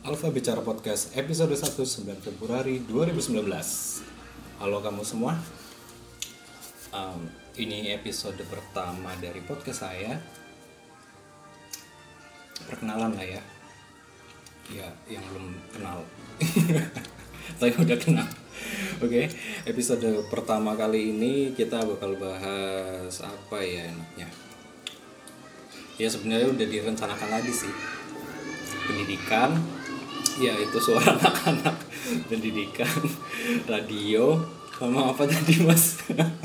Alfa Bicara Podcast episode 1 9 Februari 2019. Halo kamu semua. Ini episode pertama dari podcast saya. Perkenalan lah ya. Ya, yang belum kenal. Saya udah kenal. Oke, episode pertama kali ini kita bakal bahas apa ya enaknya. Ya sebenarnya udah direncanakan lagi sih. Pendidikan, ya itu suara anak-anak, pendidikan, radio, sama apa tadi mas?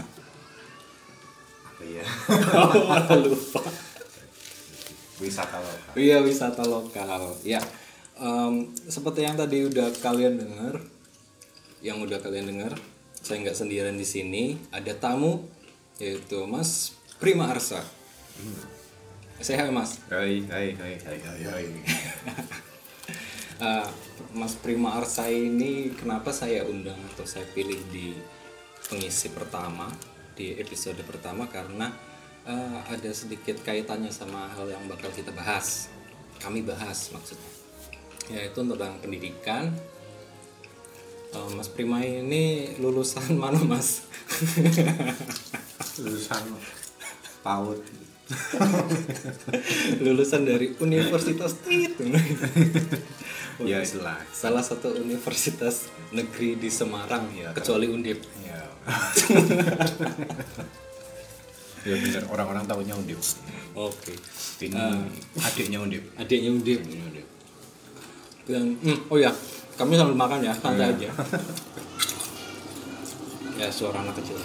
Iya. Oh, malah lupa. Wisata lokal. Iya, wisata lokal. Ya, seperti yang tadi udah kalian dengar, saya nggak sendirian di sini, ada tamu yaitu Mas Prima Arsa. Saya hai Mas. Hai. Mas Prima Arsa ini kenapa saya undang atau saya pilih di pengisi pertama, di episode pertama, karena ada sedikit kaitannya sama hal yang bakal kita bahas, kami bahas maksudnya, yaitu tentang pendidikan. Mas Prima ini lulusan mana Mas? Lulusan PAUD. Lulusan dari Universitas Tit. Ya itulah. Salah satu universitas negeri di Semarang ya, kecuali Undip. Ya. Ya benar, orang-orang tahunya Undip. Oke. Ini adiknya Undip. Adiknya Undip. Dan oh ya, kami sambil makan ya, santai aja. Ya suara anak kecil.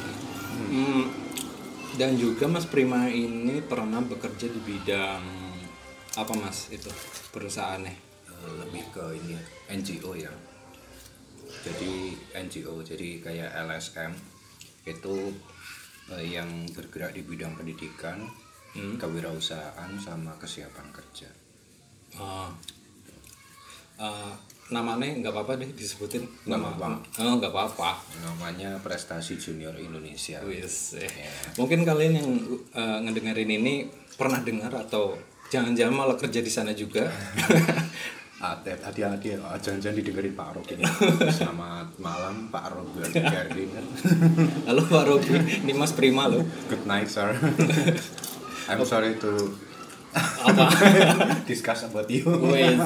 Dan juga Mas Prima ini pernah bekerja di bidang apa Mas itu perusahaannya? Lebih ke ini NGO ya. Jadi NGO, jadi kayak LSM itu yang bergerak di bidang pendidikan, kewirausahaan sama kesiapan kerja. Namanya nggak apa-apa deh disebutin. Nggak apa-apa. Oh, nggak apa-apa. Namanya Prestasi Junior Indonesia. Wis. Mungkin kalian yang ngedengerin ini pernah dengar atau jangan-jangan malah kerja di sana juga. Hati-hati, jangan-jangan didengerin Pak Rob ini. Selamat malam Pak Rob Gardin. Halo Pak Robi, ini Mas Prima loh. Good night sir. I'm sorry to Apa? discuss about you. Wis.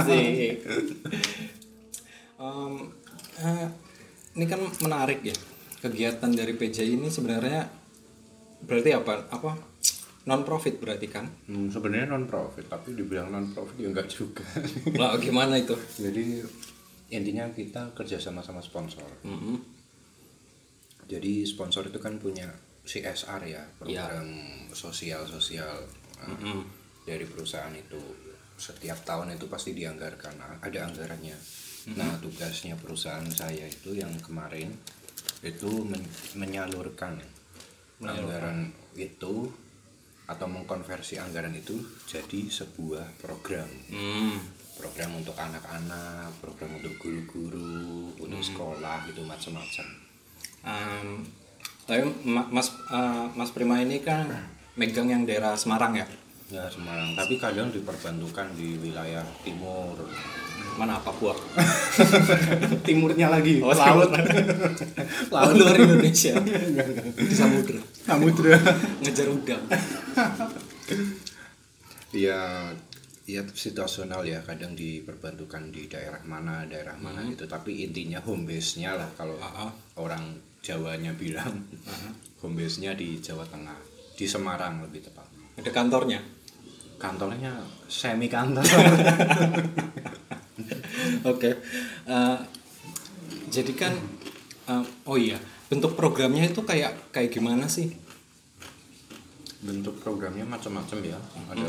Ini kan menarik ya, kegiatan dari PJ ini sebenarnya berarti apa non profit berarti kan? Sebenarnya non profit, tapi dibilang non profit ya enggak juga. Lah gimana itu? Jadi intinya kita kerja sama sponsor. Jadi sponsor itu kan punya CSR ya, program sosial dari perusahaan itu. Setiap tahun itu pasti dianggarkan, ada anggarannya. Nah tugasnya perusahaan saya itu yang kemarin itu menyalurkan anggaran itu atau mengkonversi anggaran itu jadi sebuah program. Program untuk anak-anak, program untuk guru-guru, untuk sekolah gitu macam-macam. Tapi Mas Prima ini kan megang yang daerah Semarang ya? Ya Semarang, tapi kadang diperbantukan di wilayah timur. Mana Papua? Timurnya lagi, Oh, laut. Laut luar Indonesia. Di samudra. Ngejar udang. Ya situasional ya, kadang diperbantukan di daerah mana gitu. Tapi intinya home base-nya lah kalau orang Jawanya bilang home base-nya di Jawa Tengah, di Semarang lebih tepat. Ada kantornya? Kantornya semi kantor. Oke. Jadi kan oh iya, bentuk programnya itu kayak gimana sih? Bentuk programnya macam-macam ya.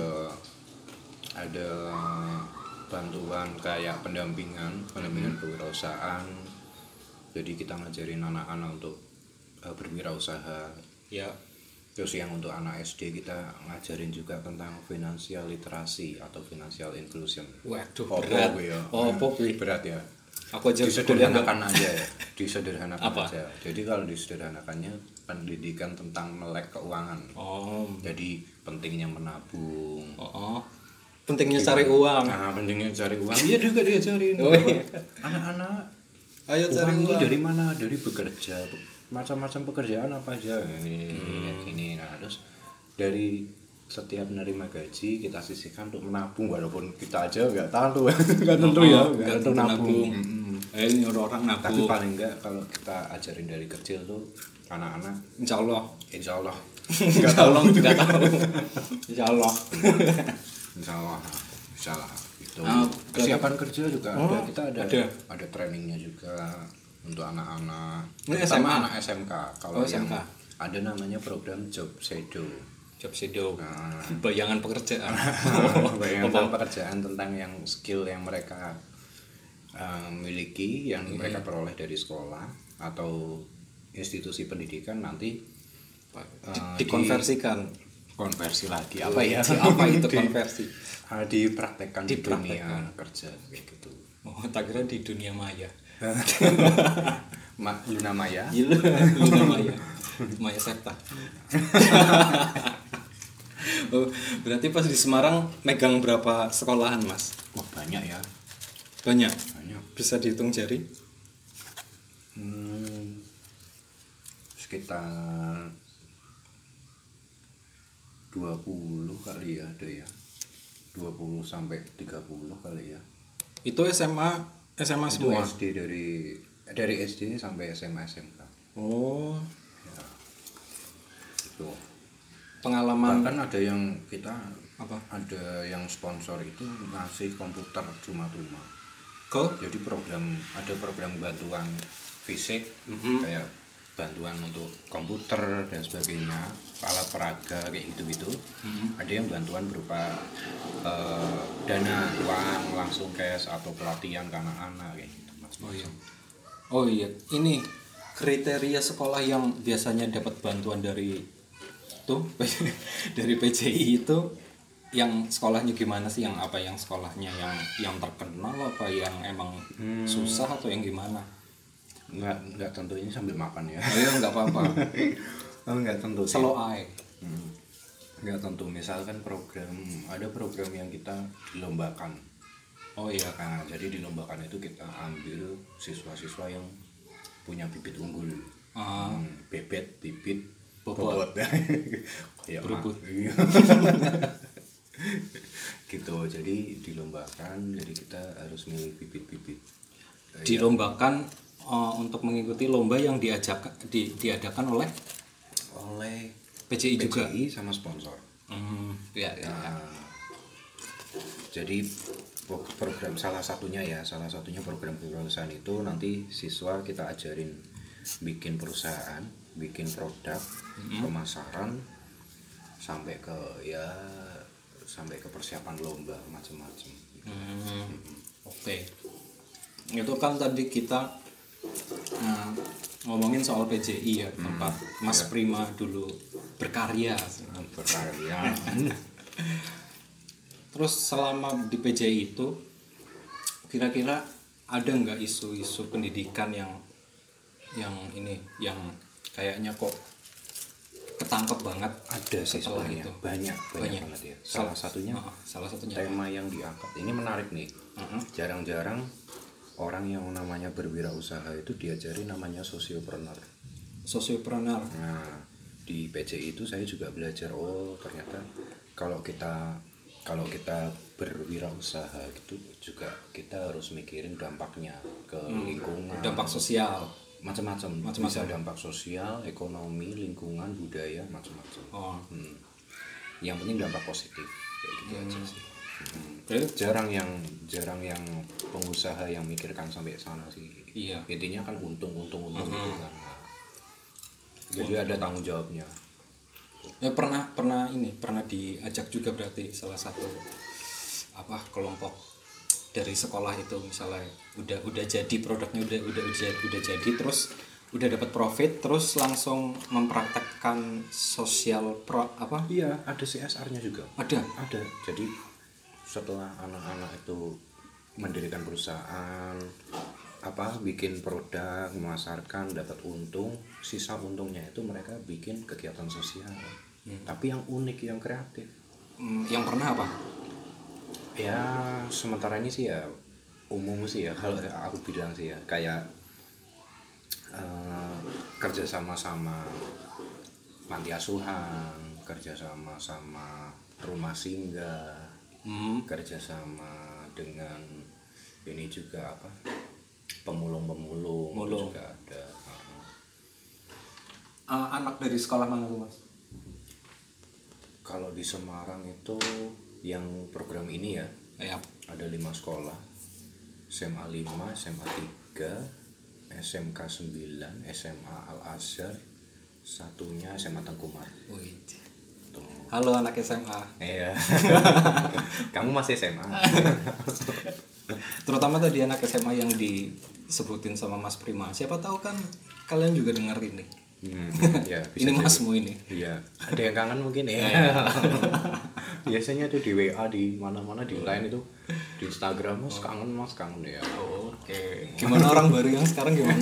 Ada bantuan kayak pendampingan kewirausahaan. Jadi kita ngajarin anak-anak untuk berwirausaha. Ya. Terus yang untuk anak SD kita ngajarin juga tentang financial literasi atau financial inclusion. Waduh, berat. Berat ya. Aku aja disederhanakan aja ya. Disederhanakan apa? aja. Jadi kalau disederhanakannya pendidikan tentang melek keuangan. Oh. Jadi pentingnya menabung. pentingnya cari uang. Nah, pentingnya cari uang. Iya juga diajarin. Oh, iya. Anak-anak, Ayo cari uang itu uang. dari mana? Dari bekerja. Macam-macam pekerjaan apa aja. Gini. Nah, terus dari setiap menerima gaji kita sisihkan untuk menabung, walaupun kita aja nggak tahu nggak tentu ya nggak tentu nabung. Ini orang Tapi nabung. paling enggak kalau kita ajarin dari kecil tuh anak-anak Insya Allah. nggak tahu Nggak tahu. Insya Allah. Insya Allah itu Persiapan kerja juga ada, kita ada trainingnya juga untuk anak-anak, Ini terutama SMA? anak SMK. Kalau yang SMK. ada namanya program job shadow. Job shadow. Nah, Bayangan pekerjaan. bayangan pekerjaan tentang yang skill yang mereka miliki, yang mereka peroleh dari sekolah atau institusi pendidikan, nanti Dikonversikan. konversi lagi apa ya? Apa itu konversi? Dipraktekkan di dunia kerja kayak gitu. Oh, tak kira di dunia maya. Luna Maya. Luna Maya. Maya Septa. Oh, berarti pas di Semarang megang berapa sekolahan, Mas? Wah, banyak ya. Banyak. Banyak. Bisa dihitung jari? Sekitar 20 kali ya ada ya. 20 sampai 30 kali ya. Itu SMA Itu semua. SD dari SD sampai SMA SMK. Oh, Ya. Itu. pengalaman Bahkan ada yang kita apa? ada yang sponsor itu ngasih komputer cuma-cuma. Jadi ada program bantuan fisik, kayak bantuan untuk komputer dan sebagainya, alat peraga kayak gitu-gitu. Ada yang bantuan berupa dana uang langsung cash atau pelatihan ke anak-anak kayak gitu. Oh iya, ini kriteria sekolah yang biasanya dapat bantuan dari tuh dari PJI itu yang sekolahnya gimana sih? Yang apa, yang sekolahnya yang terkenal apa yang emang susah atau yang gimana? Enggak tentu, ini sambil makan ya. Oh iya, nggak apa-apa. Enggak tentu. Slow eye. Enggak tentu. Misalkan ada program yang kita dilombakan. Oh iya. Nah, jadi dilombakan itu kita ambil siswa-siswa yang punya bibit unggul. Bibit bobot. Kayak Berebut. iya. Gitu. Jadi dilombakan, jadi kita harus milih bibit-bibit. Dilombakan untuk mengikuti lomba yang diadakan oleh PJI juga. PJI sama sponsor. Ya. Jadi salah satunya program kewirausahaan itu nanti siswa kita ajarin bikin perusahaan, bikin produk, pemasaran sampai ke persiapan lomba macam-macam. Oke. Itu kan tadi kita ngomongin soal PJI ya, tempat Mas Prima dulu berkarya. Terus selama di PJI itu kira-kira ada nggak isu-isu pendidikan yang kayaknya kok ketangkep banget? Ada sih setelah sebenarnya. itu banyak banget ya. Salah satunya tema yang diangkat ini menarik nih. Jarang-jarang orang yang namanya berwirausaha itu diajari namanya sosiopreneur. Nah, di PJI itu saya juga belajar, ternyata kalau kita berwirausaha gitu juga kita harus mikirin dampaknya ke lingkungan, dampak sosial macam-macam. Bisa dampak sosial, ekonomi, lingkungan, budaya, macam-macam. Yang penting dampak positif kayak gitu aja sih. Jarang yang pengusaha yang mikirkan sampai sana sih. Iya. Intinya kan untung gitu kan. Jadi ada tanggung jawabnya. Ya pernah diajak juga berarti salah satu kelompok dari sekolah itu, misalnya udah jadi produknya udah jadi, terus udah dapat profit, terus langsung mempraktekkan sosial Iya, ada CSR-nya juga. Ada. Jadi setelah anak-anak itu mendirikan perusahaan, bikin produk, memasarkan, dapat untung, sisa untungnya itu mereka bikin kegiatan sosial. Tapi yang unik, yang kreatif. Yang pernah apa? Ya sementara ini sih ya umum sih ya kalau aku bilang sih ya kayak kerja sama panti asuhan, kerja sama rumah singgah, kerja sama dengan ini juga apa pemulung juga ada. Anak dari sekolah mana tuh Mas? Kalau di Semarang itu yang program ini ya ada 5 sekolah, SMA 5, SMA 3, SMK 9, SMA Al Azhar, satunya SMA Tengkumar. Halo anak SMA. Iya. Kamu masih SMA. Terutama tadi anak SMA yang disebutin sama Mas Prima. Siapa tahu kan kalian juga dengar ini. Ya, ini Masmu ini. Iya. Ada yang kangen mungkin ya. Biasanya tuh di WA di mana-mana di line itu di Instagram Mas kangen ya. Oke. Gimana orang baru yang sekarang gimana?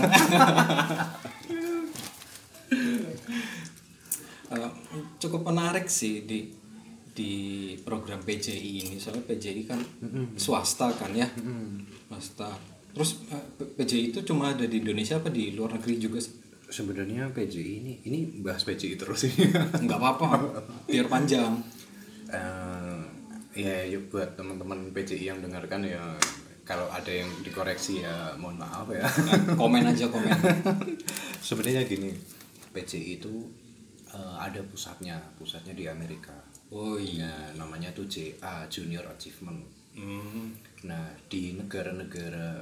Cukup menarik sih di program PJI ini, soalnya PJI kan swasta kan ya, swasta. Terus PJI itu cuma ada di Indonesia apa di luar negeri juga sih? Sebenarnya PJI ini bahas PJI terus ini. Nggak apa-apa, biar panjang. Ya buat teman-teman PJI yang dengarkan ya kalau ada yang dikoreksi ya mohon maaf ya. Komen aja. Sebenarnya gini, PJI itu ada pusatnya di Amerika. Oh iya. Namanya tuh JA Junior Achievement. Nah di negara-negara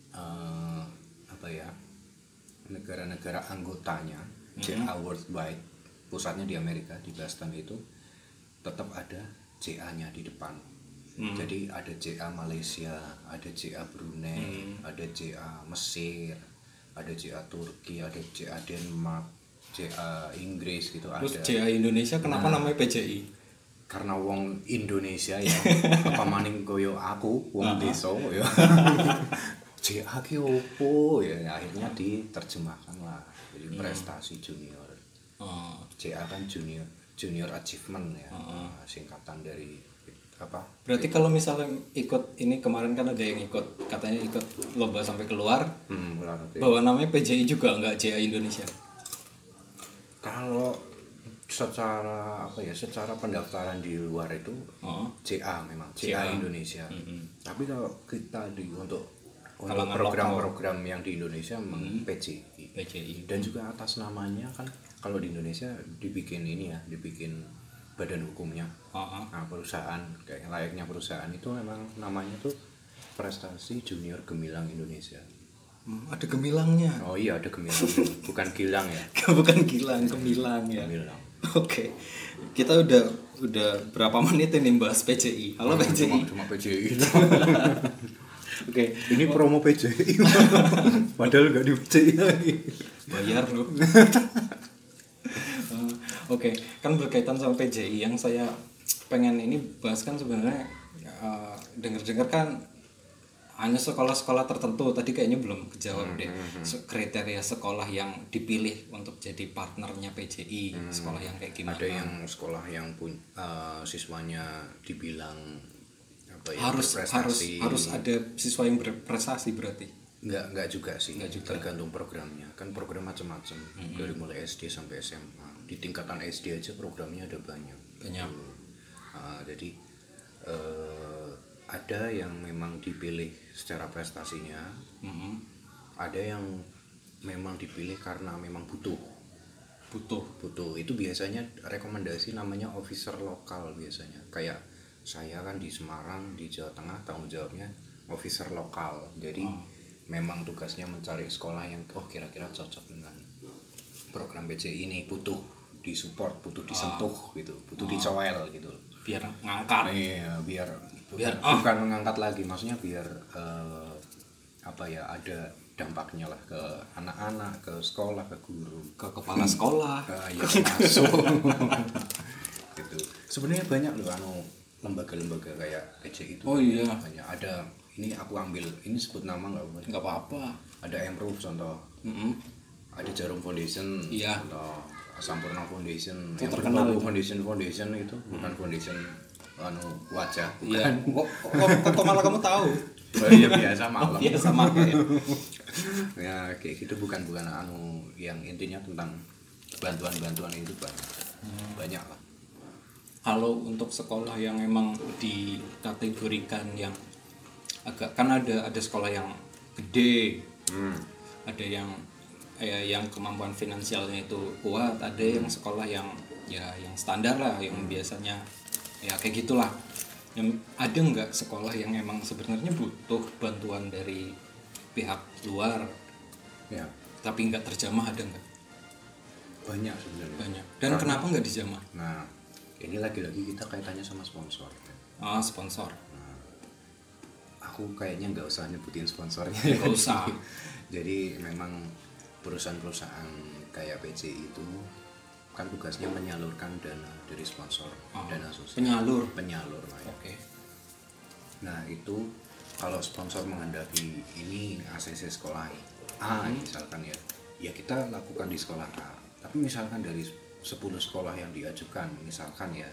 negara-negara anggotanya JA Worldwide, pusatnya di Amerika di Boston itu tetap ada JA-nya di depan. Jadi ada JA Malaysia, ada JA Brunei, ada JA Mesir, ada JA Turki, ada JA Denmark, JA Inggris gitu. Terus ada. JA Indonesia kenapa namanya PJI? Karena wong Indonesia ya, apa maning koyo aku wong desa ya. JA ki opo ya, akhirnya diterjemahkan lah jadi prestasi junior. JA kan junior achievement ya, singkatan dari apa? Berarti kalau misalnya ikut ini kemarin kan ada yang katanya ikut lomba sampai keluar, bawa namanya PJI juga nggak JA Indonesia? Kalau secara pendaftaran di luar itu JA memang JA Indonesia. Tapi kalau kita untuk program-program yang di Indonesia memang PJI. Dan juga atas namanya kan kalau di Indonesia dibikin badan hukumnya. Nah, perusahaan kayak layaknya perusahaan itu memang namanya tuh Prestasi Junior Gemilang Indonesia. Ada gemilangnya. Oh iya, ada gemilang. Bukan gilang ya. Bukan gilang, gemilang ya. Gemilang. Oke. Kita udah berapa menit ini bahas PJI. Halo PJI. Cuma PJI. Oke, ini promo PJI. Padahal nggak di PJI lagi. Bayar loh. Oke, kan berkaitan sama PJI yang saya pengen ini bahas kan sebenarnya dengar-dengar kan hanya sekolah-sekolah tertentu, tadi kayaknya belum kejawab deh. Kriteria sekolah yang dipilih untuk jadi partnernya PJI, sekolah yang kayak gimana? Ada yang sekolah yang siswanya dibilang harus ada siswa yang berprestasi berarti? Enggak juga sih. Tergantung programnya. Kan program macam-macam. Dari mulai SD sampai SMA. Di tingkatan SD aja programnya ada banyak. Jadi ada yang memang dipilih secara prestasinya. Ada yang memang dipilih karena memang butuh. Itu biasanya rekomendasi namanya officer lokal biasanya. Kayak saya kan di Semarang, di Jawa Tengah, tanggung jawabnya officer lokal. Jadi memang tugasnya mencari sekolah yang kira-kira cocok dengan program PJI ini, butuh disupport, butuh disentuh gitu, butuh dicowel gitu. Biar ngangkat. Iya, biar bukan mengangkat lagi, maksudnya biar ada dampaknya lah ke anak-anak, ke sekolah, ke guru, ke kepala sekolah. Ya masuk. Gitu. Sebenarnya banyak loh lembaga-lembaga kayak PJI itu. Oh iya. Banyak. Ada, ini aku ambil, ini sebut nama nggak apa-apa. Ada Emruf contoh. Ada Jarum Foundation. Iya. Contoh Sampurna Foundation. Itu terkenal. Foundation itu bukan foundation wajah Iya. bukan. Kok malah kamu tahu? Oh iya biasa malam. Iya sama ya. Ya kayak gitu bukan yang intinya tentang bantuan itu banyak lah. Kalau untuk sekolah yang emang dikategorikan yang agak, kan ada sekolah yang gede, ada yang kemampuan finansialnya itu kuat, ada yang sekolah yang yang standar lah, yang biasanya ya kayak gitulah. Yang ada nggak sekolah yang emang sebenarnya butuh bantuan dari pihak luar, Ya tapi nggak terjamah, ada nggak? banyak sebenarnya. Banyak. Dan kenapa nggak dijamah? Nah ini lagi-lagi kita kaitannya sama sponsor. Sponsor. Aku kayaknya nggak usah nyebutin sponsornya. Nggak usah. Jadi memang perusahaan-perusahaan kayak PCI itu kan tugasnya menyalurkan dana dari sponsor, dana sosial. Penyalur lah ya. Oke. Nah itu kalau sponsor menghendaki ini ACC sekolah A misalkan ya kita lakukan di sekolah A. Tapi misalkan dari 10 sekolah yang diajukan misalkan ya,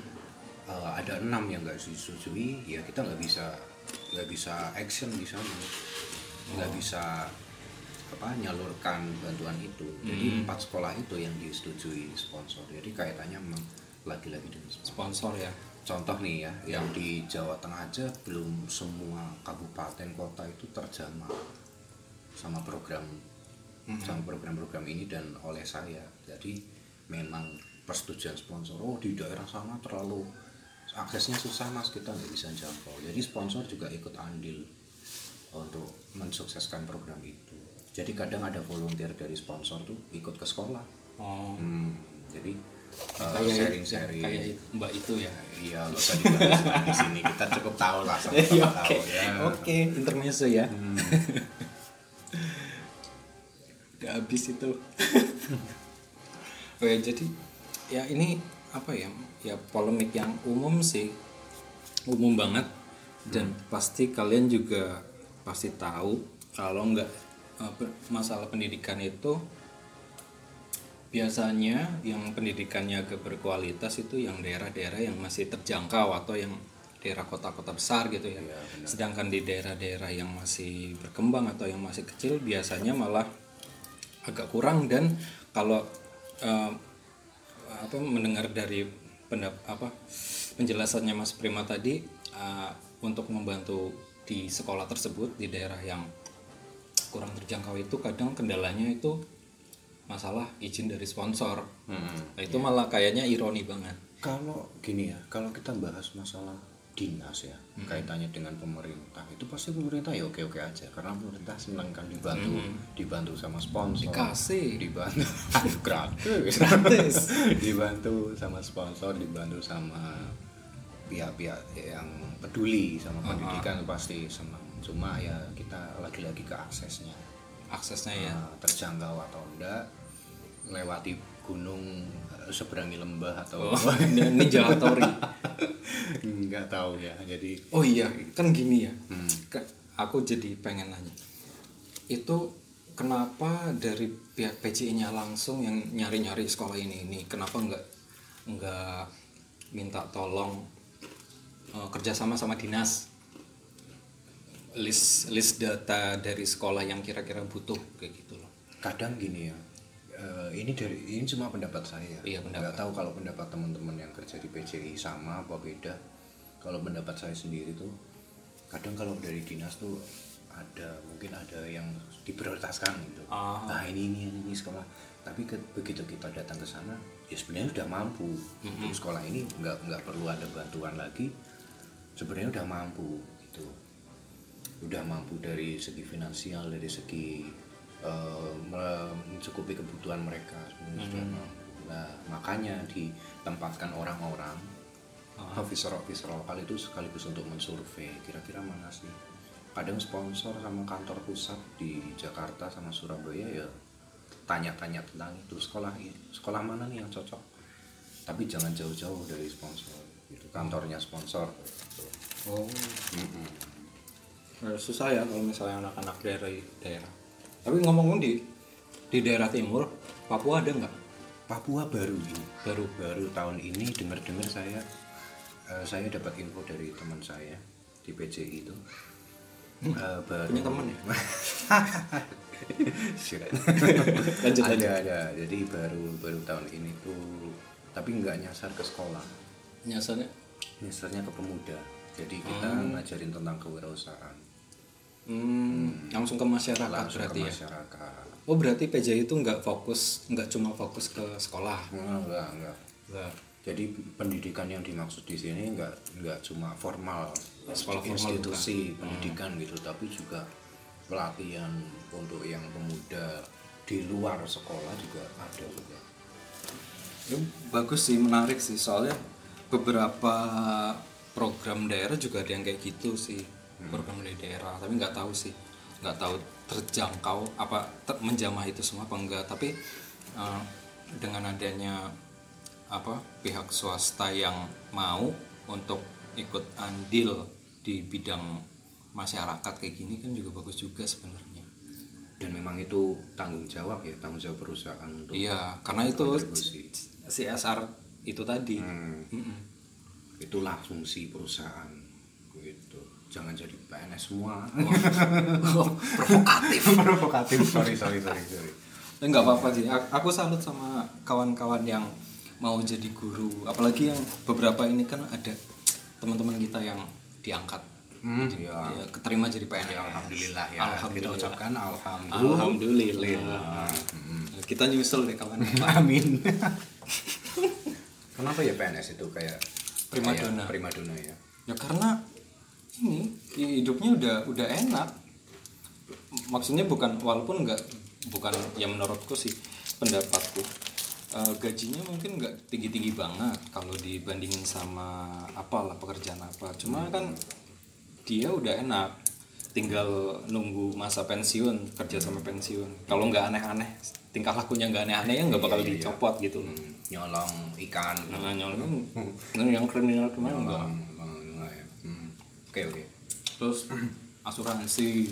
ada 6 yang nggak disetujui, ya kita nggak bisa action di sana, nggak bisa nyalurkan bantuan itu. Jadi 4 sekolah itu yang disetujui sponsor. Jadi kaitannya memang lagi-lagi dengan Sponsor ya. Contoh nih ya, yang di Jawa Tengah aja belum semua kabupaten kota itu terjamah sama program-program ini dan oleh saya. Jadi memang persetujuan sponsor, di daerah sana terlalu aksesnya susah mas, kita nggak bisa jangkau. Jadi sponsor juga ikut andil untuk mensukseskan program itu. Jadi kadang ada volunteer dari sponsor tuh ikut ke sekolah. Jadi sharing-sharing. Kayak Mbak itu ya. Iya, nggak usah dibahas di sini. Kita cukup tahu lah, sama-sama tahu ya. Oke, intermezzo ya. Udah habis itu. Oh ya, jadi ya ini apa ya? Ya polemik yang umum sih. Umum banget, dan pasti kalian juga pasti tahu kalau nggak masalah pendidikan itu biasanya yang pendidikannya agak berkualitas itu yang daerah-daerah yang masih terjangkau atau yang daerah kota-kota besar gitu ya. Sedangkan di daerah-daerah yang masih berkembang atau yang masih kecil biasanya malah agak kurang. Dan kalau mendengar dari penjelasannya Mas Prima tadi, untuk membantu di sekolah tersebut di daerah yang kurang terjangkau itu kadang kendalanya itu masalah izin dari sponsor. Nah, itu malah kayaknya ironi banget. Kalau gini ya, kalau kita bahas masalah dinas ya, kaitannya dengan pemerintah, itu pasti pemerintah ya oke-oke aja, karena pemerintah senang kan dibantu sama sponsor, dibantu gratis dibantu sama sponsor, dibantu sama pihak-pihak yang peduli sama pendidikan, pasti senang. Cuma ya kita lagi-lagi ke aksesnya ya, terjangkau atau enggak, lewati gunung, seberangi lembah atau Ninja Hattori. Nggak tahu ya. Jadi oh iya, kan gini ya, aku jadi pengen nanya, itu kenapa dari pihak PCI-nya langsung yang nyari-nyari sekolah ini kenapa nggak minta tolong kerjasama sama dinas, list data dari sekolah yang kira-kira butuh kayak gitu loh. Kadang gini ya, ini cuma pendapat saya. Iya, pendapat. Nggak tahu kalau pendapat teman-teman yang kerja di PCI sama apa beda. Kalau pendapat saya sendiri tuh, kadang kalau dari dinas tuh mungkin ada yang diprioritaskan gitu. Nah ini sekolah. Tapi begitu kita datang ke sana, ya sebenarnya udah mampu. Untuk sekolah ini nggak perlu ada bantuan lagi. Sebenarnya udah mampu gitu. Udah mampu dari segi finansial, dari segi mencukupi kebutuhan mereka sebenarnya sudah mampu. Nah makanya ditempatkan orang-orang officer lokal itu sekaligus untuk mensurvei kira-kira mana sih. Kadang sponsor sama kantor pusat di Jakarta sama Surabaya ya tanya-tanya tentang itu, sekolah mana nih yang cocok, tapi jangan jauh-jauh dari sponsor gitu, kantornya sponsor gitu. Susah ya kalau misalnya anak-anak daerah. Tapi ngomong di daerah timur, Papua ada nggak? Papua baru Baru tahun ini dengar saya Saya dapat info dari teman saya di PJI itu. Punya teman ya? Shit. Lanjut. Ada. Jadi baru tahun ini tuh, tapi nggak nyasar ke sekolah. Nyasarnya ke pemuda. Jadi kita ngajarin tentang kewirausahaan. Langsung ke masyarakat Langsung berarti ke ya? masyarakat. Oh berarti PJI itu nggak cuma fokus ke sekolah? Enggak. Jadi pendidikan yang dimaksud di sini nggak cuma formal, Sekolah formal institusi pendidikan gitu, tapi juga pelatihan untuk yang pemuda di luar sekolah juga ada juga. Ya, bagus sih, menarik sih, soalnya beberapa program daerah juga ada yang kayak gitu sih, program dari daerah, tapi nggak tahu terjangkau apa menjamah itu semua apa enggak. Tapi dengan adanya pihak swasta yang mau untuk ikut andil di bidang masyarakat kayak gini kan juga bagus juga sebenarnya. Dan memang itu tanggung jawab perusahaan untuk Karena itu CSR itu tadi. Itulah fungsi perusahaan gitu. Jangan jadi PNS semua. Provokatif. Sorry. Nggak apa-apa sih. Aku salut sama kawan-kawan yang mau jadi guru, apalagi yang beberapa ini kan ada teman-teman kita yang diangkat, keterima jadi PNS. Alhamdulillah ya. Kita ucapkan alhamdulillah. Kita nyusul deh kawan. Amin. Kenapa ya PNS itu kayak primadona ya? Ya karena ini hidupnya udah enak. Maksudnya bukan ya menurutku sih, pendapatku. Gajinya mungkin nggak tinggi-tinggi banget kalau dibandingin sama pekerjaan apa. Cuma kan dia udah enak, tinggal nunggu masa pensiun, kerja sama pensiun. Kalau nggak aneh-aneh, tingkah lakunya nggak aneh-aneh ya nggak bakal dicopot gitu. Nyolong ikan. Nyolong yang kriminal kemana enggak? Oke. Terus asuransi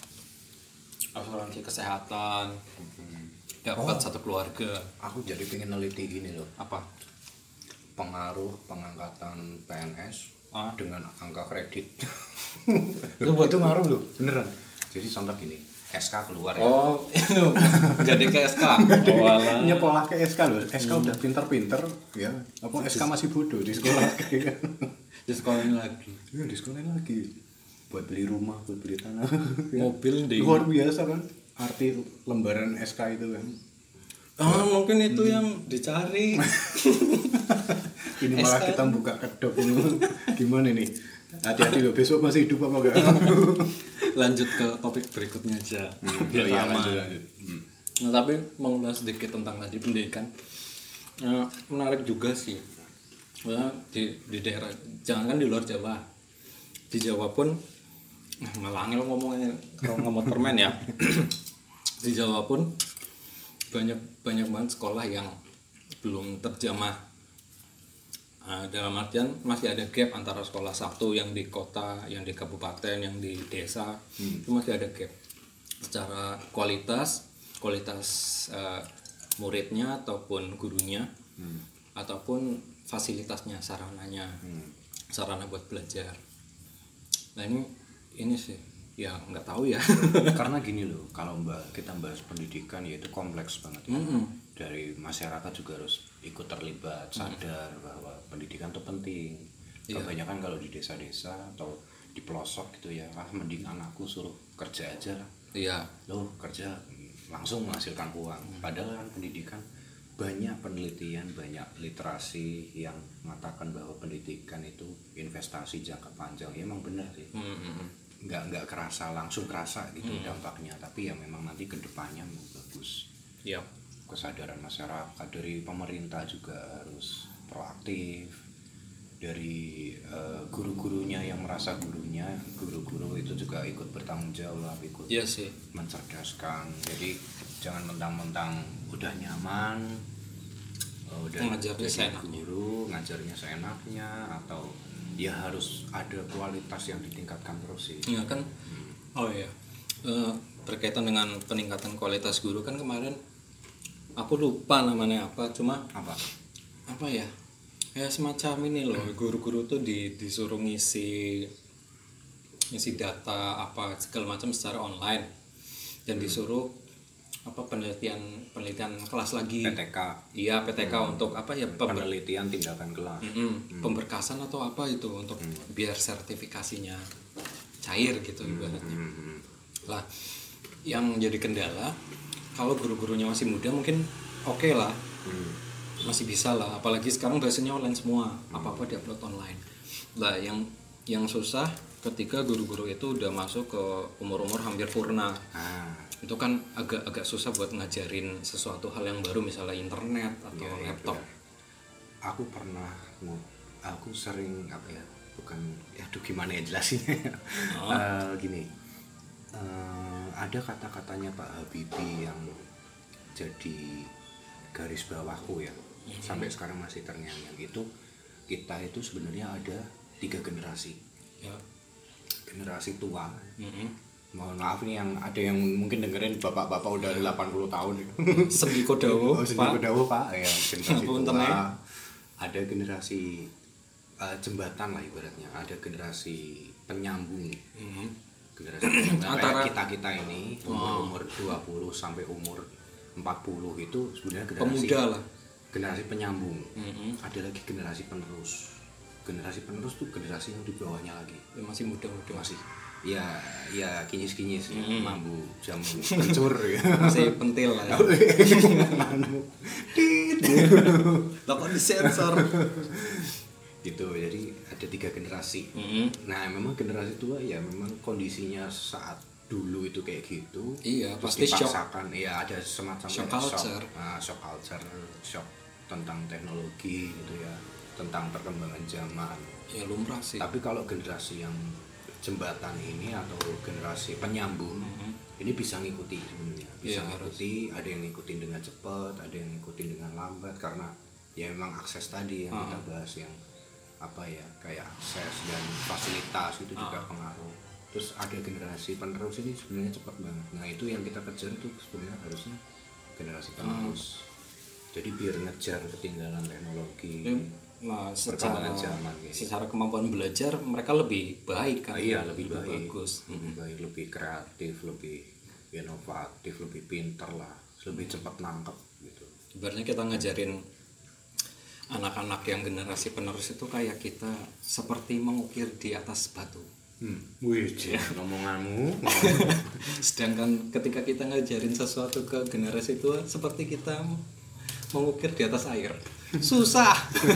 kesehatan. Dapat satu keluarga. Aku jadi pengen neliti ini loh. Apa? Pengaruh pengangkatan PNS dengan angka kredit. Lu buat itu ngaruh loh, beneran. Jadi contoh gini, SK keluar ya. Oh, jadi ke SK. Nyekolah ke SK loh. SK udah pinter-pinter ya. Apa SK masih bodoh di sekolah kayak. Di sekolahin lagi. Iya, di sekolahin lagi. Buat beli rumah, buat beli tanah. Mobil deh. Luar biasa kan arti lembaran SK itu kan. Mungkin itu yang dicari. Ini malah kita buka kedok ini. Gimana nih? Hati-hati loh, besok masih hidup apa enggak? Lanjut ke topik berikutnya aja. Biar lanjut. Nah, tapi mau bahas sedikit tentang tadi pendidikan. Menarik juga sih. Di daerah, jangan kan di luar Jawa. Di Jawa pun malah angel ngomongnya kalau ngomong permen ya. Di Jawa pun banyak banget sekolah yang belum terjamah. Dalam artian masih ada gap antara sekolah satu yang di kota, yang di kabupaten, yang di desa. Itu masih ada gap secara kualitas muridnya ataupun gurunya, ataupun fasilitasnya, sarana buat belajar. Nah ini sih ya nggak tahu ya. Karena gini loh, kalau kita bahas pendidikan ya itu kompleks banget ya. Dari masyarakat juga harus ikut terlibat, sadar bahwa pendidikan itu penting. Kebanyakan kalau di desa-desa atau di pelosok gitu ya, mending anakku suruh kerja aja lah. Loh kerja langsung menghasilkan uang. Padahal kan pendidikan banyak penelitian, banyak literasi yang mengatakan bahwa pendidikan itu investasi jangka panjang. Ya, emang benar sih. Nggak langsung kerasa gitu dampaknya, tapi ya memang nanti kedepannya bagus. Kesadaran masyarakat dari pemerintah juga harus proaktif, dari guru-gurunya yang merasa guru-guru itu juga ikut bertanggung jawab, ikut mencerdaskan. Jadi jangan mentang-mentang udah nyaman, udah jadi guru ngajarnya seenaknya, atau ya harus ada kualitas yang ditingkatkan terus sih. Iya kan. Berkaitan dengan peningkatan kualitas guru kan kemarin aku lupa namanya apa, cuma apa ya, Ya semacam ini loh, guru-guru tuh disuruh ngisi data apa segala macam secara online dan disuruh apa penelitian kelas lagi. PTK. Iya, PTK untuk apa ya, penelitian tindakan kelas. Pemberkasan atau apa itu untuk biar sertifikasinya cair gitu ibaratnya. Lah, yang jadi kendala kalau guru-gurunya masih muda mungkin oke lah. Masih bisa lah, apalagi sekarang bahasanya online semua, apa-apa diupload online. Lah yang susah ketika guru-guru itu udah masuk ke umur-umur hampir purna. Itu kan agak susah buat ngajarin sesuatu hal yang baru, misalnya internet atau laptop. Ya. Aku sering apa ya, bukan ya aduh gimana ya jelasinnya. Gini, ada kata-katanya Pak Habibie yang jadi garis bawahku ya, sampai sekarang masih terngiang-ngiang. Itu kita itu sebenarnya ada 3 generasi ya. Generasi tua, mohon maaf nih yang ada yang mungkin dengerin bapak-bapak udah 80 tahun Sendiko Dawo Pak ya, generasi tua. Ada generasi jembatan lah ibaratnya, ada generasi penyambung. Generasi antara kita ini umur 20 sampai umur 40 itu sebenarnya generasi pemuda lah, generasi penyambung. Ada lagi generasi penerus. Generasi penerus tuh generasi yang di bawahnya lagi, ya, masih muda-muda, masih ya kinyis-kinyis ya, mambu jamu kencur ya, masih pentil lah ya. Lah kok disensor gitu. Jadi ada 3 generasi. Nah memang generasi tua ya memang kondisinya saat dulu itu kayak gitu. Iya, pasti shock. Dipaksakan ya, ada semacam shock culture. Shock tentang teknologi gitu ya, tentang perkembangan zaman. Ya lumrah sih. Tapi kalau generasi yang jembatan ini atau generasi penyambung ini bisa ngikuti sebenarnya, bisa ngikuti. Ada yang ngikutin dengan cepat, ada yang ngikutin dengan lambat, karena ya memang akses tadi yang kita bahas, yang apa ya, kayak akses dan fasilitas itu juga pengaruh. Terus ada generasi penerus ini sebenarnya cepat banget. Nah itu yang kita kejar tuh sebenarnya harusnya generasi penerus. Jadi biar ngejar ketinggalan teknologi. Nah, secara kemampuan belajar mereka lebih baik kan? Iya, lebih baik, bagus, lebih baik, lebih kreatif, lebih inovatif, lebih pintar lah, lebih cepat nangkep gitu. Ibaratnya kita ngajarin anak-anak yang generasi penerus itu kayak kita seperti mengukir di atas batu. Wih, ngomonganmu. Sedangkan ketika kita ngajarin sesuatu ke generasi tua seperti kita mengukir di atas air. Susah.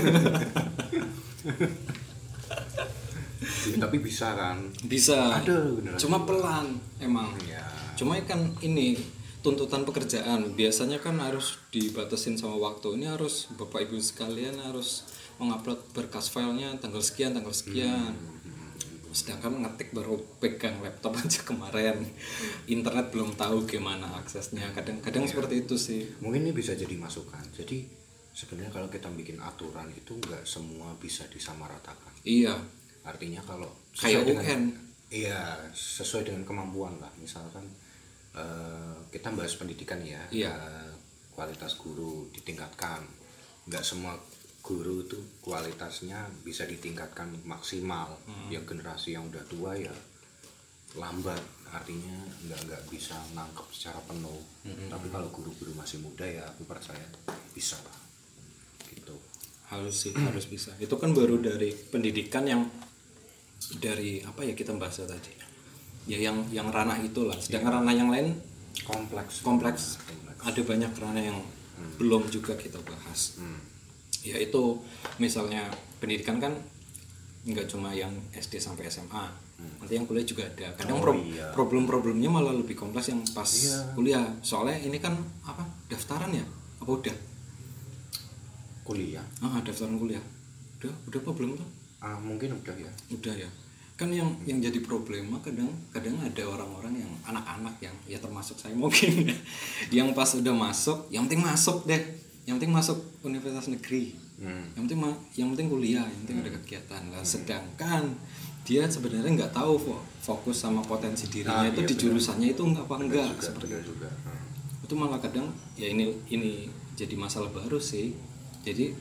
Ya, tapi bisa kan? Bisa. Ada, cuma pelan emang. Ya. Cuma kan ini tuntutan pekerjaan biasanya kan harus dibatasin sama waktu. Ini harus Bapak Ibu sekalian harus mengupload berkas filenya tanggal sekian. Sedangkan ngetik baru pegang laptop aja kemarin, internet belum tahu gimana aksesnya. Kadang-kadang seperti itu sih. Mungkin ini bisa jadi masukan. Jadi sebenarnya kalau kita bikin aturan itu nggak semua bisa disamaratakan. Iya. Artinya kalau kayak UN. Iya, sesuai dengan kemampuan lah. Misalkan kita bahas pendidikan ya. Iya. Kualitas guru ditingkatkan. Nggak semua guru itu kualitasnya bisa ditingkatkan maksimal. Yang generasi yang udah tua ya lambat, artinya nggak bisa nangkep secara penuh. Tapi kalau guru-guru masih muda ya aku percaya bisa lah gitu. Harus bisa. Itu kan baru dari pendidikan yang dari apa ya kita bahas tadi ya, yang ranah itulah. Sedangkan ranah yang lain kompleks. Ada banyak ranah yang belum juga kita bahas. Ya itu misalnya pendidikan kan nggak cuma yang SD sampai SMA, nanti yang kuliah juga ada. Kadang problem-problemnya malah lebih kompleks yang pas kuliah. Soalnya ini kan apa, daftaran ya? Apa udah? Kuliah? Daftaran kuliah. Udah apa belum tuh? Mungkin udah ya. Udah ya. Kan yang jadi problema kadang ada orang-orang yang anak-anak yang ya termasuk saya mungkin yang pas udah masuk, yang penting masuk deh. Yang penting masuk universitas negeri, yang penting kuliah, yang penting ada kegiatan lah. Sedangkan dia sebenarnya nggak tahu fokus sama potensi dirinya itu di jurusannya itu apa enggak seperti itu. Itu malah kadang ya ini jadi masalah baru sih. Jadi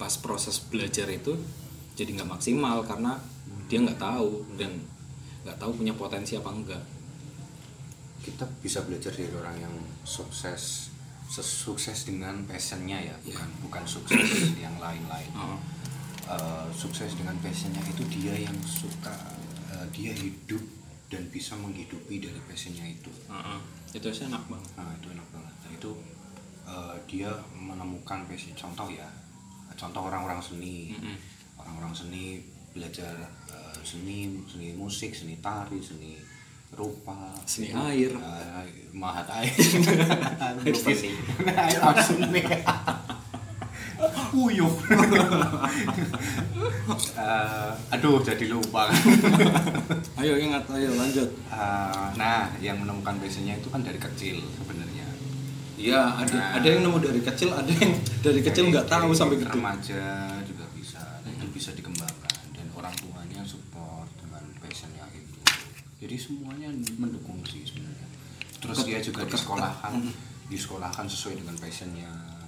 pas proses belajar itu jadi nggak maksimal karena dia nggak tahu dan nggak tahu punya potensi apa enggak. Kita bisa belajar dari orang yang sukses dengan passionnya ya, bukan sukses yang lain-lain. Sukses dengan passionnya itu dia yang suka, dia hidup dan bisa menghidupi dari passionnya itu. Itu sih enak banget. Itu enak banget. Nah, itu dia menemukan passion. Contoh orang-orang seni. Orang-orang seni belajar seni musik, seni tari, seni rupa, seni air, mahat air, air langsung nih, puyuh, aduh jadi lupa. Ayo ingat, ayo lanjut. Nah, yang menemukan passionnya itu kan dari kecil sebenarnya. Iya, ada yang nemu dari kecil, ada yang dari kecil nggak tahu sampai gede. Remaja juga bisa, dan itu bisa dikembangkan dan orang tuanya support dengan passionnya itu. Jadi semuanya mendukung sih sebenarnya. Terus dia juga disekolahkan sesuai dengan passionnya.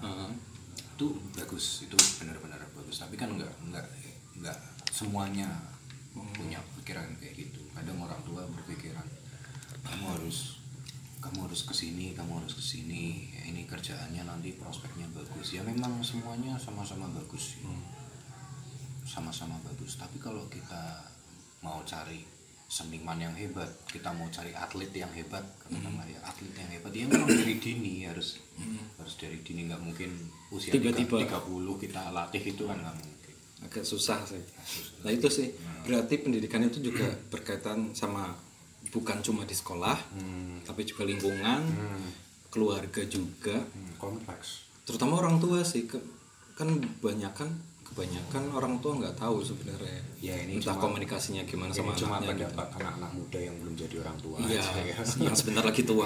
Itu bagus, itu benar-benar bagus. Tapi kan nggak semuanya punya pikiran kayak gitu. Kadang orang tua berpikiran kamu harus kesini, ya, ini kerjaannya nanti prospeknya bagus. Ya memang semuanya sama-sama bagus, sama-sama bagus. Tapi kalau kita mau cari seniman yang hebat, kita mau cari atlet yang hebat, atlet yang hebat, dia memang dari dini harus dari dini, nggak mungkin usia tiba-tiba 30 kita latih, itu kan nggak mungkin. Agak susah sih. Nah itu sih berarti pendidikan itu juga berkaitan sama bukan cuma di sekolah, tapi juga lingkungan, keluarga juga, kompleks. Terutama orang tua sih, kan kebanyakan orang tua nggak tahu sebenarnya. Ya, ini entah komunikasinya gimana sama cuma anaknya. Pendapat anak-anak muda yang belum jadi orang tua. Iya, yang sebentar lagi tua.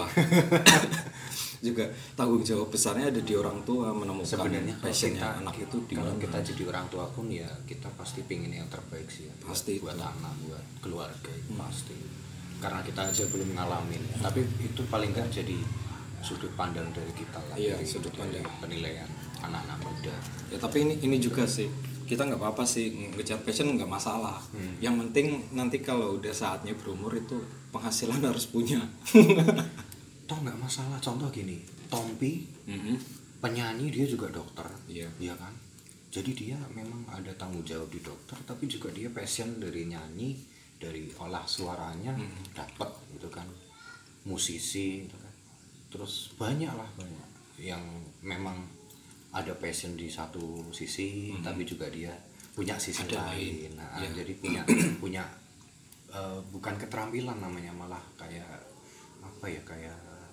Juga tanggung jawab besarnya ada di orang tua menemukan sebenarnya passionnya anak itu di kalau mana. kita jadi orang tua pun ya kita pasti pingin yang terbaik sih ya, pasti buat anak, buat keluarga itu pasti, karena kita aja belum ngalamin ya. Tapi itu paling nggak jadi sudut pandang dari kita lah, iya, sudut pandang penilaian anak-anak muda ya. Tapi ini juga sih, kita nggak apa-apa sih ngejar passion, nggak masalah. Yang penting nanti kalau udah saatnya berumur itu penghasilan harus punya. Toh nggak masalah. Contoh gini, Tompi penyanyi, dia juga dokter, iya kan. Jadi dia memang ada tanggung jawab di dokter, tapi juga dia passion dari nyanyi, dari olah suaranya dapat gitu kan. Musisi gitu kan. Terus banyak yang memang ada passion di satu sisi, tapi juga dia punya sisi lain. Nah, jadi punya bukan keterampilan namanya, malah kayak apa ya, kayak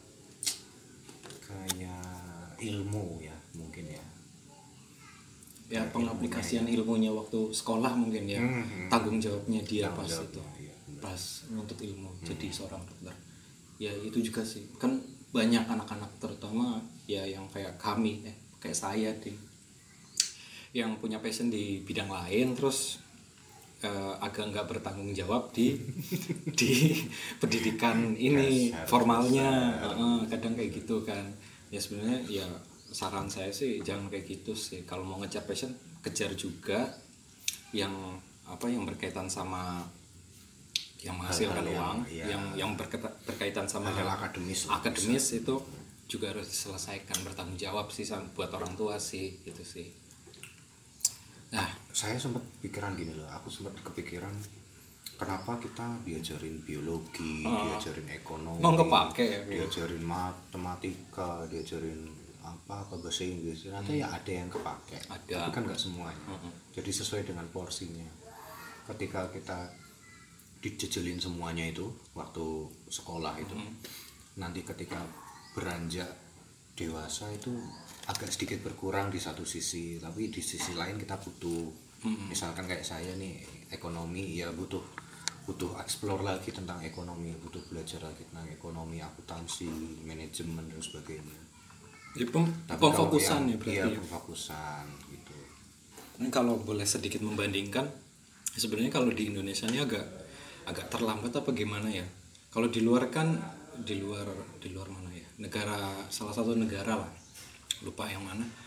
ilmu ya mungkin ya. Ya pengaplikasian ilmunya waktu sekolah mungkin ya. Tanggung jawabnya dia pas itu. Ya, pas menuntut ilmu jadi seorang dokter. Ya itu juga sih. Kan banyak anak-anak terutama ya yang kayak kami, kayak saya deh, yang punya passion di bidang lain, terus agak nggak bertanggung jawab di pendidikan ini formalnya, kadang kayak gitu kan. Ya sebenarnya ya saran saya sih jangan kayak gitu sih. Kalau mau ngejar passion, kejar juga yang berkaitan sama yang menghasilkan uang, yang berkaitan sama hal akademis itu juga harus diselesaikan, bertanggung jawab sih buat orang tua sih, gitu sih. Nah, saya sempat pikiran gini loh, aku sempat kepikiran kenapa kita diajarin biologi, diajarin ekonomi, mau kepake ya, diajarin matematika, diajarin apa bahasa Inggris, ternyata ya ada yang kepake, tapi kan nggak semuanya. Jadi sesuai dengan porsinya. Ketika kita dijejelin semuanya itu waktu sekolah itu, nanti ketika beranjak dewasa itu agak sedikit berkurang di satu sisi, tapi di sisi lain kita butuh, misalkan kayak saya nih ekonomi, ya butuh explore lagi tentang ekonomi, butuh belajar lagi tentang ekonomi, akuntansi, manajemen dan sebagainya. Jadi pemfokusan ya berarti. Iya, pemfokusan gitu. Ini kalau boleh sedikit membandingkan, sebenarnya kalau di Indonesia ini agak terlambat apa gimana ya? Kalau di luar kan di luar mana ya? Salah satu negara lah, lupa yang mana.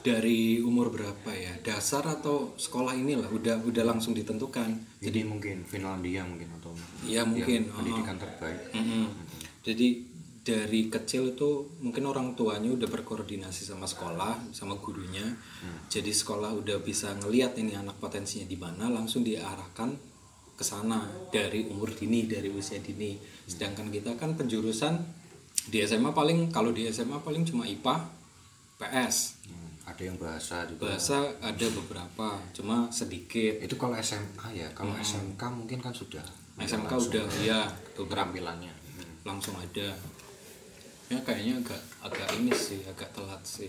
dari umur berapa ya? Dasar atau sekolah inilah udah langsung ditentukan. Jadi mungkin Finlandia mungkin atau ya mungkin pendidikan terbaik. Jadi dari kecil itu mungkin orang tuanya udah berkoordinasi sama sekolah, sama gurunya. Jadi sekolah udah bisa ngelihat ini anak potensinya di mana, langsung diarahkan ke sana dari umur dini, dari usia dini. Sedangkan kita kan penjurusan di SMA paling, kalau di SMA paling cuma IPA, PS. Ada yang bahasa juga. Bahasa ada beberapa, cuma sedikit. Itu kalau SMA ya, kalau SMK mungkin kan sudah. SMK udah ya keterampilannya langsung ada. Ya kayaknya agak ini sih, agak telat sih.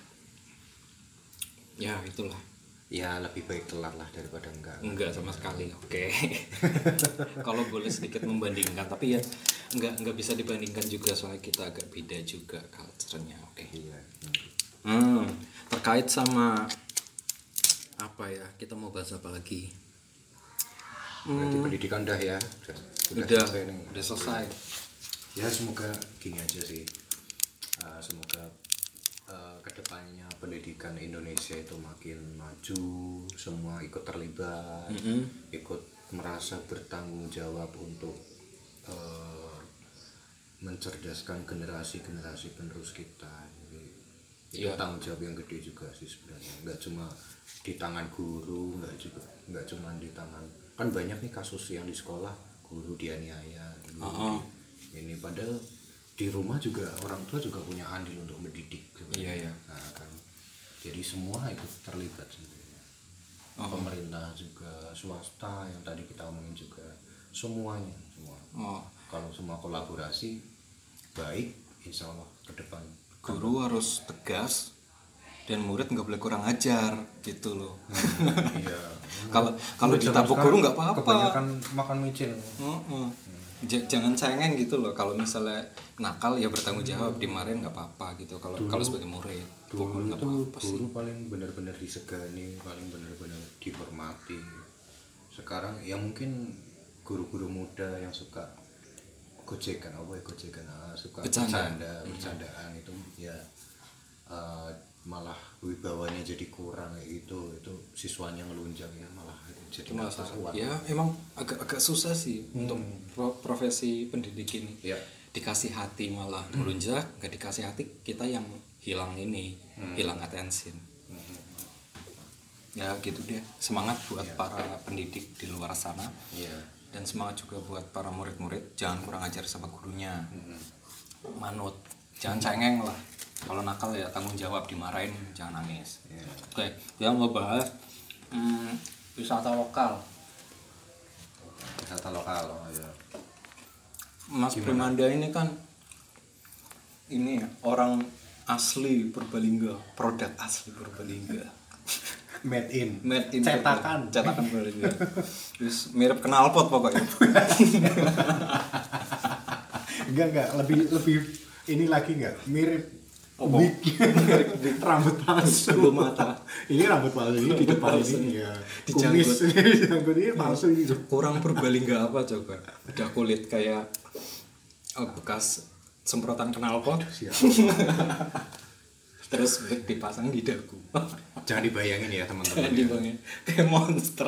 Ya itulah. Ya lebih baik telat lah daripada enggak sama sekali. Oke. Kalau boleh sedikit membandingkan, tapi ya enggak bisa dibandingkan juga soalnya kita agak beda juga culture-nya. Oke. Iya. Terkait sama apa ya, kita mau bahas apa lagi? Berarti pendidikan dah ya. Udah selesai. Ya semoga gini aja sih. Semoga kedepannya pendidikan Indonesia itu makin maju, semua ikut terlibat, ikut merasa bertanggung jawab untuk mencerdaskan generasi-generasi penerus kita. Jadi, itu tanggung jawab yang gede juga sih sebenarnya. Nggak cuma di tangan guru, nggak cuma di tangan, kan banyak nih kasus yang di sekolah guru dianiaya, ini padahal di rumah juga orang tua juga punya andil untuk mendidik sebenarnya. Iya. Nah, kan jadi semua ikut terlibat sebenarnya. Pemerintah juga, swasta yang tadi kita omongin juga, semua. Kalau semua kolaborasi baik, insya Allah ke depan guru harus tegas dan murid nggak boleh kurang ajar gitu loh. Iya. Kalau ditabuk guru nggak apa-apa. Kebanyakan makan micin. Jangan cengeng gitu loh. Kalau misalnya nakal ya bertanggung jawab, dimarahin nggak apa-apa gitu. Kalau sebagai murid, dulu itu guru paling benar-benar disegani, paling benar-benar dihormati. Sekarang ya mungkin guru-guru muda yang suka gojekan, suka bercandaan itu ya malah wibawanya jadi kurang kayak gitu. Itu siswanya ngelunjang ya malah jadi masalah. Ya emang agak susah sih untuk profesi pendidik ini. Ya. Dikasih hati malah melunjak, nggak dikasih hati kita yang hilang hilang attention. Ya gitu deh. Semangat buat para pendidik di luar sana. Dan semangat juga buat para murid-murid, jangan kurang ajar sama gurunya. Manut, jangan cengeng lah. Kalau nakal ya tanggung jawab, dimarahin jangan nangis. Oke, yang mau bahas wisata lokal. Mas Primanda ini kan ini orang asli Purbalingga, produk asli Purbalingga. Made in cetakan Purbalingga. Terus mirip knalpot pokoknya. enggak lebih ini lagi enggak mirip rambut palsu mata. Ini rambut palsu ini di depan ini ya. Kumis dijanggut ini palsu gitu. Kurang Purbalingga apa coba? Udah kulit kayak bekas semprotan knalpot. Terus dipasang di dagu. Jangan dibayangin ya teman-teman. Jangan dibayangin kayak monster.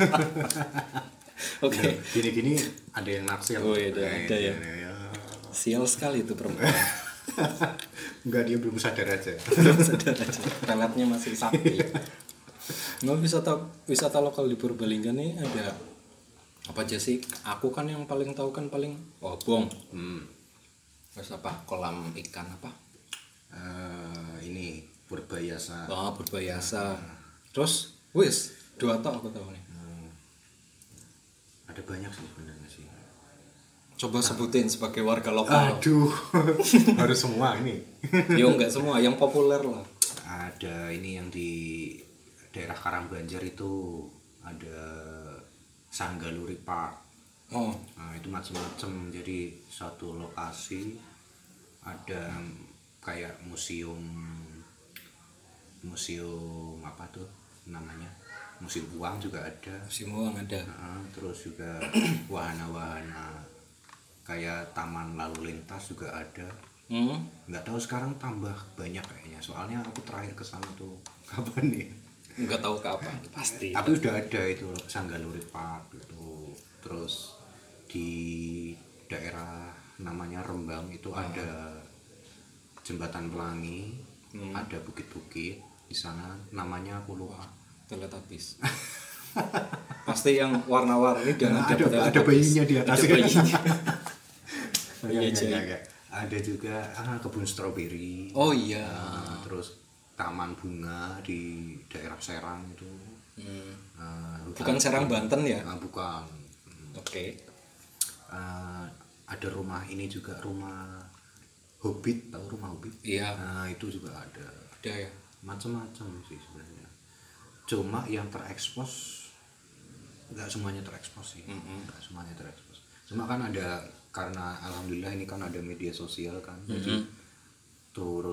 Oke. Gini-gini ada yang naksir. Oh iya ada ya. Sial sekali itu perempuan. Enggak, dia belum sadar aja. Peletnya masih sakti. Nggak, wisata lokal di Purbalingga nih ada apa aja sih? Aku kan yang paling tahu kan paling Obong. Terus apa? Kolam ikan apa? Ini Purbayasa. Purbayasa. Terus wis 2 tahun aku tahu nih. Ada banyak sih sebenarnya sih. Coba sebutin sebagai warga lokal. Aduh, harus semua ini. Ya enggak semua, yang populer lah. Ada ini yang di daerah Karangbanjar itu ada Sanggaluri Park. Nah, itu macam-macam. Jadi satu lokasi ada kayak museum apa tuh namanya? Museum uang juga ada. Museum uang ada. Terus juga wahana-wahana kayak taman lalu lintas juga ada. Nggak tahu sekarang tambah banyak kayaknya. Soalnya aku terakhir ke sana tuh kapan nih? Nggak tahu kapan pasti. Tapi udah ada itu Sanggalurit Park gitu. Terus di daerah namanya Rembang itu ada Jembatan Pelangi, ada bukit-bukit di sana namanya aku lupa. Teletubbies. Pasti yang warna-warni dan ada bayinya di atas. Ada bayinya. Iya. Ada juga kebun stroberi. Oh iya. Terus taman bunga di daerah Serang itu. Bukan Serang Banten ya? Bukan. Oke. Ada rumah ini juga, rumah Hobbit, tahu rumah Hobbit? Iya. Itu juga ada. Ada ya. Macam-macam sih sebenarnya. Cuma yang terekspos nggak semuanya terekspos sih. Nggak semuanya terekspos. Cuma kan ada, karena alhamdulillah ini kan ada media sosial kan, jadi turut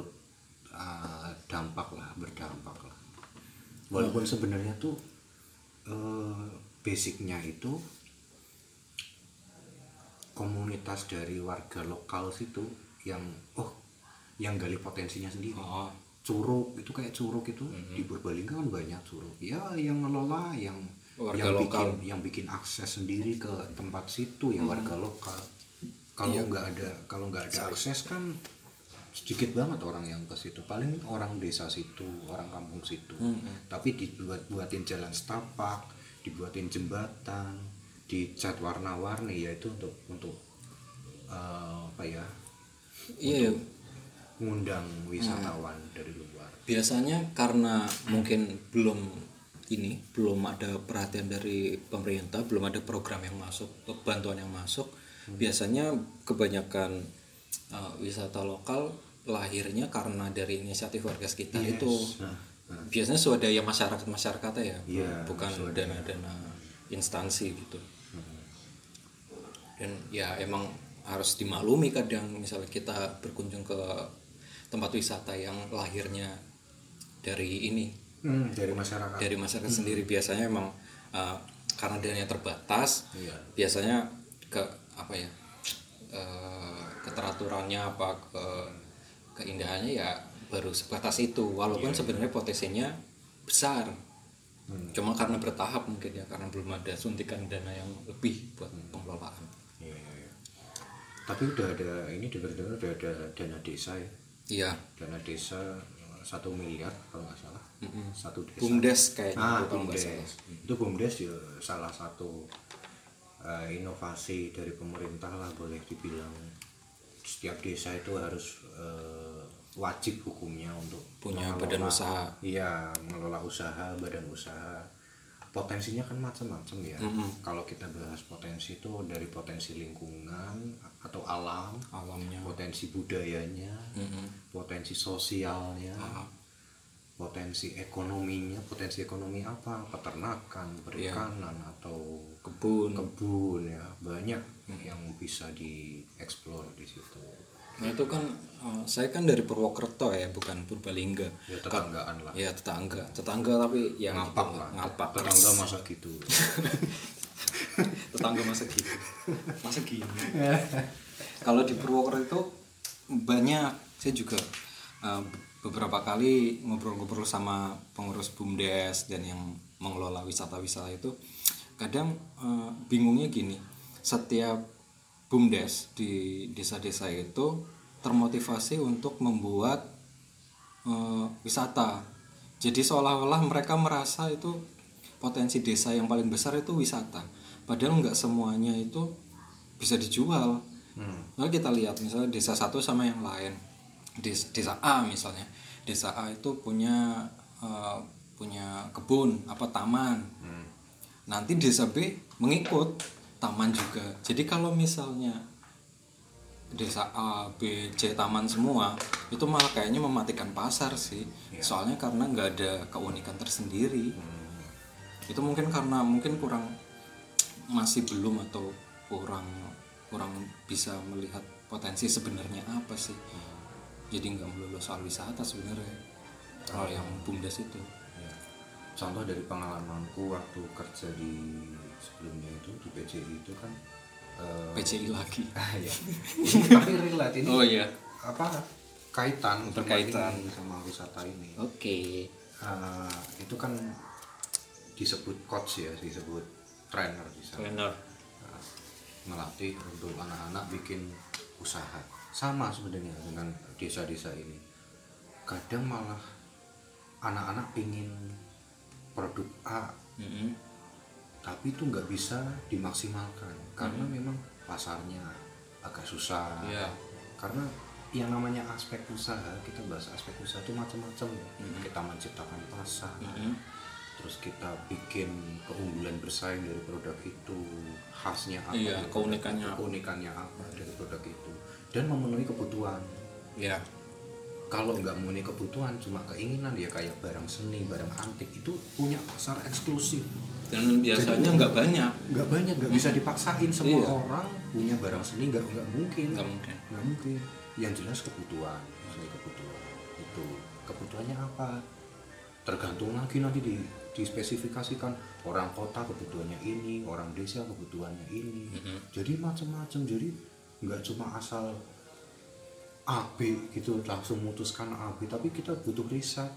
berdampak lah. Walaupun sebenarnya tuh basicnya itu komunitas dari warga lokal situ yang gali potensinya sendiri. Curug itu kayak curug itu di Purbalingga kan banyak curug. Ya yang ngelola yang lokal, bikin akses sendiri ke tempat situ ya warga lokal. Kalau nggak ada akses kan sedikit banget orang yang ke situ. Paling orang desa situ, orang kampung situ. Tapi dibuatin jalan setapak, dibuatin jembatan, dicat warna-warni, yaitu untuk Iya. Untuk ngundang wisatawan dari luar. Biasanya karena mungkin belum ada perhatian dari pemerintah, belum ada program yang masuk, bantuan yang masuk. Biasanya kebanyakan wisata lokal lahirnya karena dari inisiatif warga sekitar. Itu biasanya swadaya masyarakat ya, bukan dana-dana instansi gitu. Dan ya emang harus dimaklumi kadang misalnya kita berkunjung ke tempat wisata yang lahirnya dari dari masyarakat sendiri, biasanya emang karena dananya terbatas, biasanya keteraturannya keindahannya ya baru sebatas itu, walaupun sebenarnya potensinya besar. Cuma karena bertahap mungkin ya, karena belum ada suntikan dana yang lebih buat pengelolaan. Tapi udah ada dengar udah ada dana desa ya. Iya. Dana desa 1 miliar kalau nggak salah. Satu desa. BUMDes kayaknya. BUMDes. Itu BUMDes ya salah satu inovasi dari pemerintah lah, boleh dibilang. Setiap desa itu harus wajib hukumnya untuk punya badan usaha. Iya, mengelola usaha, badan usaha. Potensinya kan macam-macam ya. Kalau kita bahas potensi itu dari potensi lingkungan atau alamnya, potensi budayanya, potensi sosialnya, potensi ekonominya. Potensi ekonomi apa? Peternakan, perikanan, atau kebun ya, banyak yang bisa dieksplor di situ. Nah itu kan saya kan dari Purwokerto ya, bukan Purbalingga. Ya tetanggaan lah. Ya tetangga tapi ya ngapak gitu, lah. Ngapak. Tetangga masa gitu. Tetangga masa gini. Kalau di Purwokerto itu banyak, saya juga beberapa kali ngobrol-ngobrol sama pengurus BUMDes dan yang mengelola wisata-wisata itu, kadang bingungnya gini, setiap BUMDes di desa-desa itu termotivasi untuk membuat wisata. Jadi seolah-olah mereka merasa itu potensi desa yang paling besar itu wisata. Padahal nggak semuanya itu bisa dijual. Lalu kita lihat misalnya desa satu sama yang lain. Desa A misalnya. Desa A itu punya kebun taman. Nanti desa B mengikut taman juga. Jadi kalau misalnya desa A, B, C taman semua, itu malah kayaknya mematikan pasar sih. Soalnya karena nggak ada keunikan tersendiri. Itu mungkin karena masih belum atau kurang bisa melihat potensi sebenarnya apa sih. Jadi nggak melulu soal wisata sebenarnya kalau yang BUMDes itu. Contoh dari pengalamanku waktu kerja di sebelumnya itu di PCI itu kan PCI lagi. Ya. Tapi relate ini. Oh iya. kaitan berkaitan sama wisata ini. Oke. Itu kan disebut coach ya, disebut trainer di sana. Trainer. Melatih untuk anak-anak bikin usaha. Sama sebenarnya dengan desa-desa ini. Kadang malah anak-anak pingin produk A, tapi itu nggak bisa dimaksimalkan karena memang pasarnya agak susah. Karena yang namanya aspek usaha, kita bahas aspek usaha itu macam-macam. Kita menciptakan pasar, terus kita bikin keunggulan bersaing dari produk itu, khasnya apa, keunikannya apa dari produk itu, dan memenuhi kebutuhan. Kalau nggak memenuhi kebutuhan, cuma keinginan, ya kayak barang seni, barang antik itu punya pasar eksklusif dan biasanya nggak banyak, nggak bisa dipaksain semua orang punya barang seni, nggak mungkin. Yang jelas kebutuhan itu kebutuhannya apa, tergantung lagi nanti dispesifikasikan, orang kota kebutuhannya ini, orang desa kebutuhannya ini. Jadi macam-macam, jadi nggak cuma asal A B gitu langsung memutuskan A B, tapi kita butuh riset.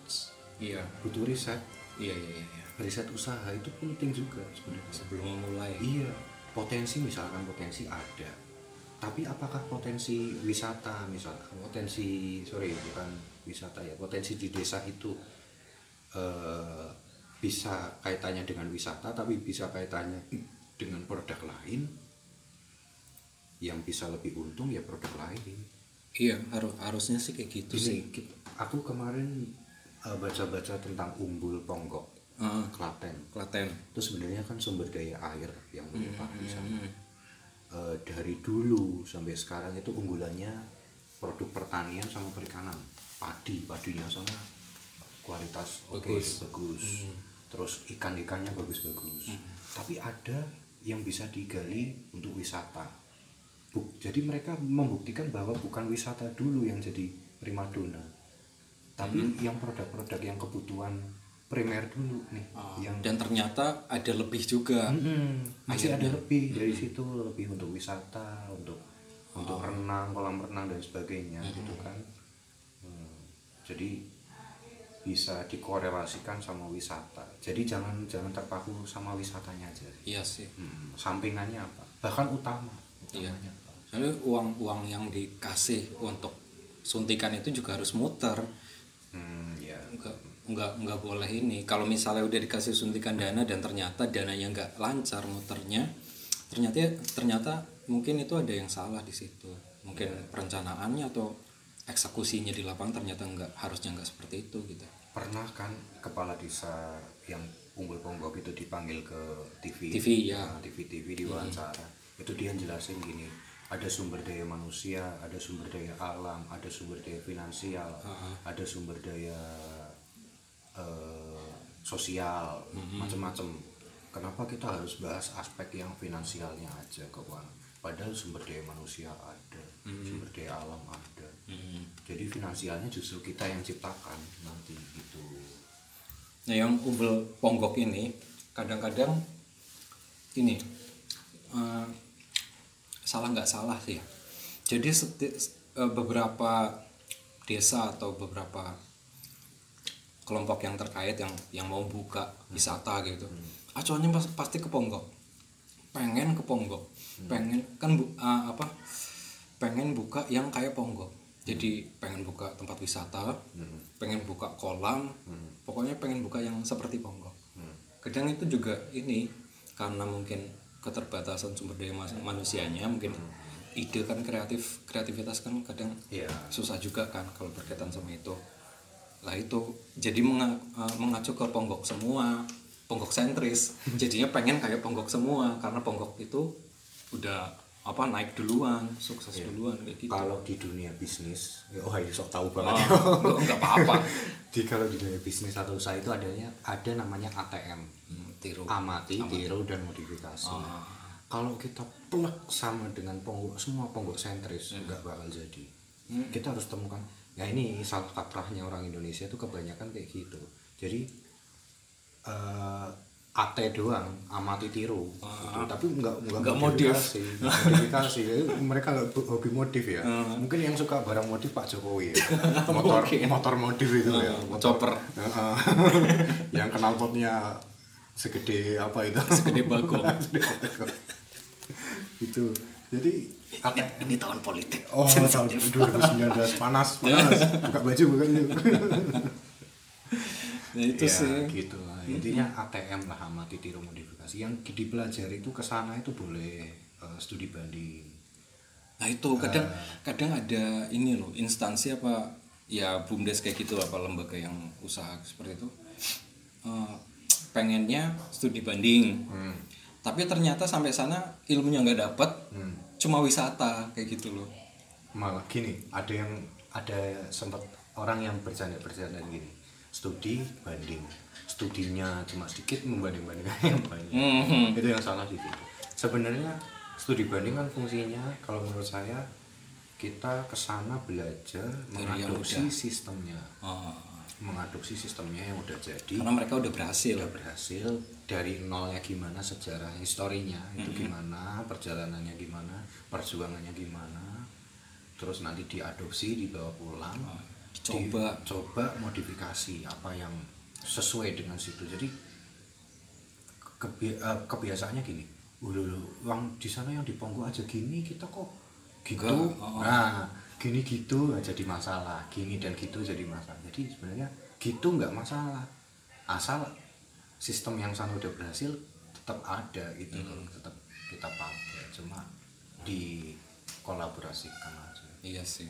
Riset usaha itu penting juga sebenarnya sebelum memulai. Potensi ada, tapi apakah potensi wisata, misalkan potensi di desa itu bisa kaitannya dengan wisata, tapi bisa kaitannya dengan produk lain yang bisa lebih untung, ya produk lain. Harusnya sih kayak gitu sih. Aku kemarin baca-baca tentang Umbul Ponggok, Klaten. Itu sebenarnya kan sumber daya air yang melimpah di sana. Dari dulu sampai sekarang itu unggulannya produk pertanian sama perikanan. Padinya sana kualitas bagus. Terus ikan-ikannya bagus. Tapi ada yang bisa digali untuk wisata. Jadi mereka membuktikan bahwa bukan wisata dulu yang jadi primadona, tapi yang produk-produk yang kebutuhan primer dulu nih. Dan ternyata ada lebih juga. Masih ada lebih dari situ, lebih untuk wisata, untuk renang, kolam renang dan sebagainya gitu kan. Jadi bisa dikorelasikan sama wisata. Jadi jangan terpaku sama wisatanya aja. Iya sih. Sampingannya apa? Bahkan utama. Soalnya uang yang dikasih untuk suntikan itu juga harus muter. Nggak boleh ini. Kalau misalnya udah dikasih suntikan dana dan ternyata dananya nggak lancar muternya, ternyata mungkin itu ada yang salah di situ. Mungkin perencanaannya atau eksekusinya di lapangan ternyata harusnya nggak seperti itu gitu. Pernah kan kepala desa yang Umbul Ponggok itu dipanggil ke TV diwawancara. Itu dia jelasin gini, ada sumber daya manusia, ada sumber daya alam, ada sumber daya finansial, ada sumber daya sosial, macam-macam. Kenapa kita harus bahas aspek yang finansialnya aja, keuangan? Padahal sumber daya manusia ada, sumber daya alam ada. Jadi finansialnya justru kita yang ciptakan nanti gitu. Nah, yang Umbul Ponggok ini kadang-kadang ini salah nggak salah sih ya. Jadi beberapa desa atau beberapa kelompok yang terkait yang mau buka wisata gitu, acuannya pasti ke Ponggok, pengen ke Ponggok, pengen kan pengen buka yang kayak Ponggok. Jadi pengen buka tempat wisata, pengen buka kolam, pokoknya pengen buka yang seperti Ponggok. Kadang itu juga ini karena mungkin keterbatasan sumber daya manusianya, mungkin ide kan kreativitas kan kadang susah juga kan kalau berkaitan sama itu. Lah itu jadi mengacu ke Ponggok semua, Ponggok sentris. Jadinya pengen kayak Ponggok semua karena Ponggok itu udah naik duluan, sukses duluan kayak gitu. Kalau di dunia bisnis, sok tahu banget. Enggak apa-apa. Kalau di dunia bisnis atau usaha itu ada namanya ATM. Amati, tiru dan modifikasi. Kalau kita plek sama dengan semua Ponggok sentris, nggak bakal jadi. Kita harus temukan. Ya ini salah kaprahnya orang Indonesia itu kebanyakan kayak gitu. Jadi AT doang, amati tiru gitu. Tapi nggak modif. modifikasi. Mereka nggak hobi modif ya. Mungkin yang suka barang modif Pak Jokowi ya. motor modif itu ya, chopper. Yang knalpotnya segede apa itu? Segede bagong. Itu. Jadi ini tahun politik. Oh, tahun 2019 panas. Buka baju bukan itu. Nah, itu ya, sih. Gitu lah. Intinya ATM lah, amati tiru modifikasi. Yang dipelajari itu kesana itu boleh studi banding. Nah itu kadang ada ini loh, instansi apa ya BUMDes kayak gitu, apa lembaga yang usaha seperti itu pengennya studi banding, tapi ternyata sampai sana ilmunya nggak dapet, cuma wisata kayak gitu loh. Malah gini, ada sempat orang yang bercanda gini, studi banding, studinya cuma sedikit membanding-bandingkan yang banyak. Itu yang salah di situ. Sebenarnya studi banding kan fungsinya kalau menurut saya kita kesana belajar mengadopsi sistemnya. Mengadopsi sistemnya yang udah jadi. Karena mereka udah berhasil dari nolnya gimana, sejarah historinya itu gimana, perjalanannya gimana, perjuangannya gimana, terus nanti diadopsi, dibawa pulang, coba modifikasi apa yang sesuai dengan situ. Jadi kebiasaannya gini, uang di sana yang di Ponggok aja gini, kita kok gitu. Nah, gini gitu jadi masalah, gini dan gitu jadi masalah. Jadi sebenarnya gitu nggak masalah, asal sistem yang sana udah berhasil tetap ada gitu, tetap kita pakai, cuma dikolaborasikan aja. Iya sih.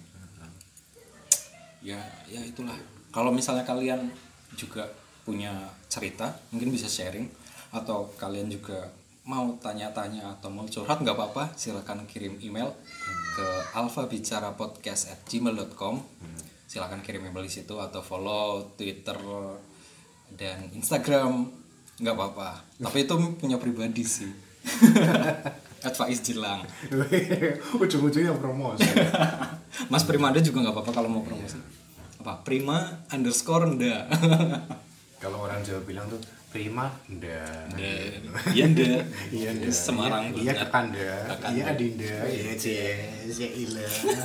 Ya itulah. Kalau misalnya kalian juga punya cerita, mungkin bisa sharing, atau kalian juga mau tanya-tanya atau mau curhat, nggak apa-apa, silakan kirim email ke alfabicarapodcast@gmail.com. Silakan kirim email di situ atau follow Twitter dan Instagram, nggak apa-apa. Tapi itu punya pribadi sih. @Faiz Jilang. Ujung-ujungnya promosi. Mas Primanda juga nggak apa-apa kalau mau promosi. Apa? Prima_nda. Kalau orang Jawa bilang tuh Prima nda. Iya nda. Iya nda. Semarang iya Kakanda. Iya Adinda. Iya Cila.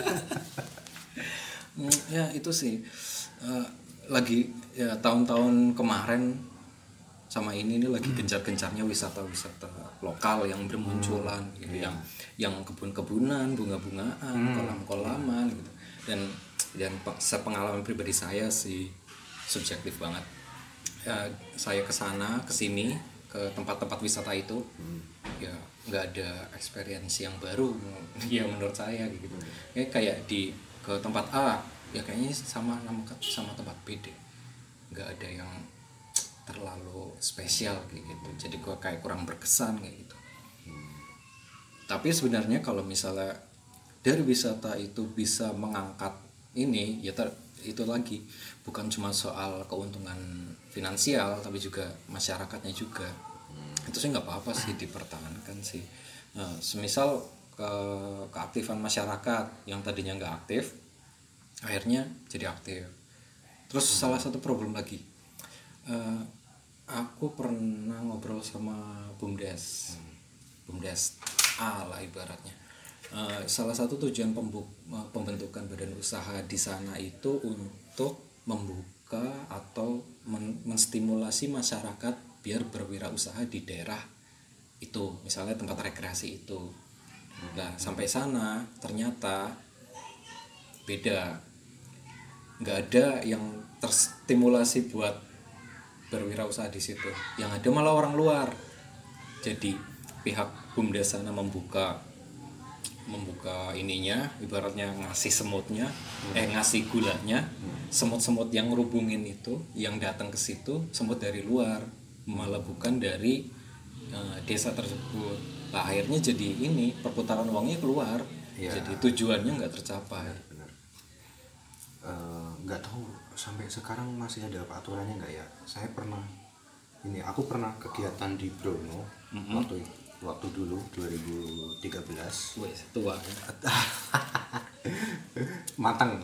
Ya itu sih. Lagi ya tahun-tahun kemarin sama ini lagi gencar-gencarnya wisata-wisata lokal yang bermunculan gitu, yang kebun-kebunan, bunga-bungaan, kolam-kolaman gitu. Dan sepengalaman pribadi saya sih subjektif banget. Saya kesini ke tempat-tempat wisata itu, ya nggak ada experience yang baru ya menurut saya gitu. Kayak ke tempat A ya kayaknya sama tempat B deh, nggak ada yang terlalu spesial kayak gitu. Jadi gue kayak kurang berkesan kayak gitu. Tapi sebenarnya kalau misalnya dari wisata itu bisa mengangkat ini, ya itu lagi bukan cuma soal keuntungan finansial, tapi juga masyarakatnya juga. Itu sih nggak apa-apa sih, dipertahankan sih. Semisal keaktifan masyarakat yang tadinya nggak aktif, akhirnya jadi aktif. Terus salah satu problem lagi, aku pernah ngobrol sama BUMDes A lah ibaratnya. Salah satu tujuan pembentukan badan usaha di sana itu untuk membuka atau menstimulasi masyarakat biar berwirausaha di daerah itu, misalnya tempat rekreasi itu. Nah sampai sana ternyata beda, nggak ada yang terstimulasi buat berwirausaha di situ. Yang ada malah orang luar. Jadi pihak BUMDes sana membuka ininya, ibaratnya ngasih semutnya, ngasih gulanya, semut-semut yang ngerubungin itu, yang datang ke situ semut dari luar, malah bukan dari desa tersebut. Nah, akhirnya jadi ini perputaran uangnya keluar, ya. Jadi tujuannya nggak tercapai. Benar. Nggak tahu sampai sekarang masih ada aturannya nggak ya? Aku pernah kegiatan di Bromo waktu dulu 2013. Wih, tua ya. matang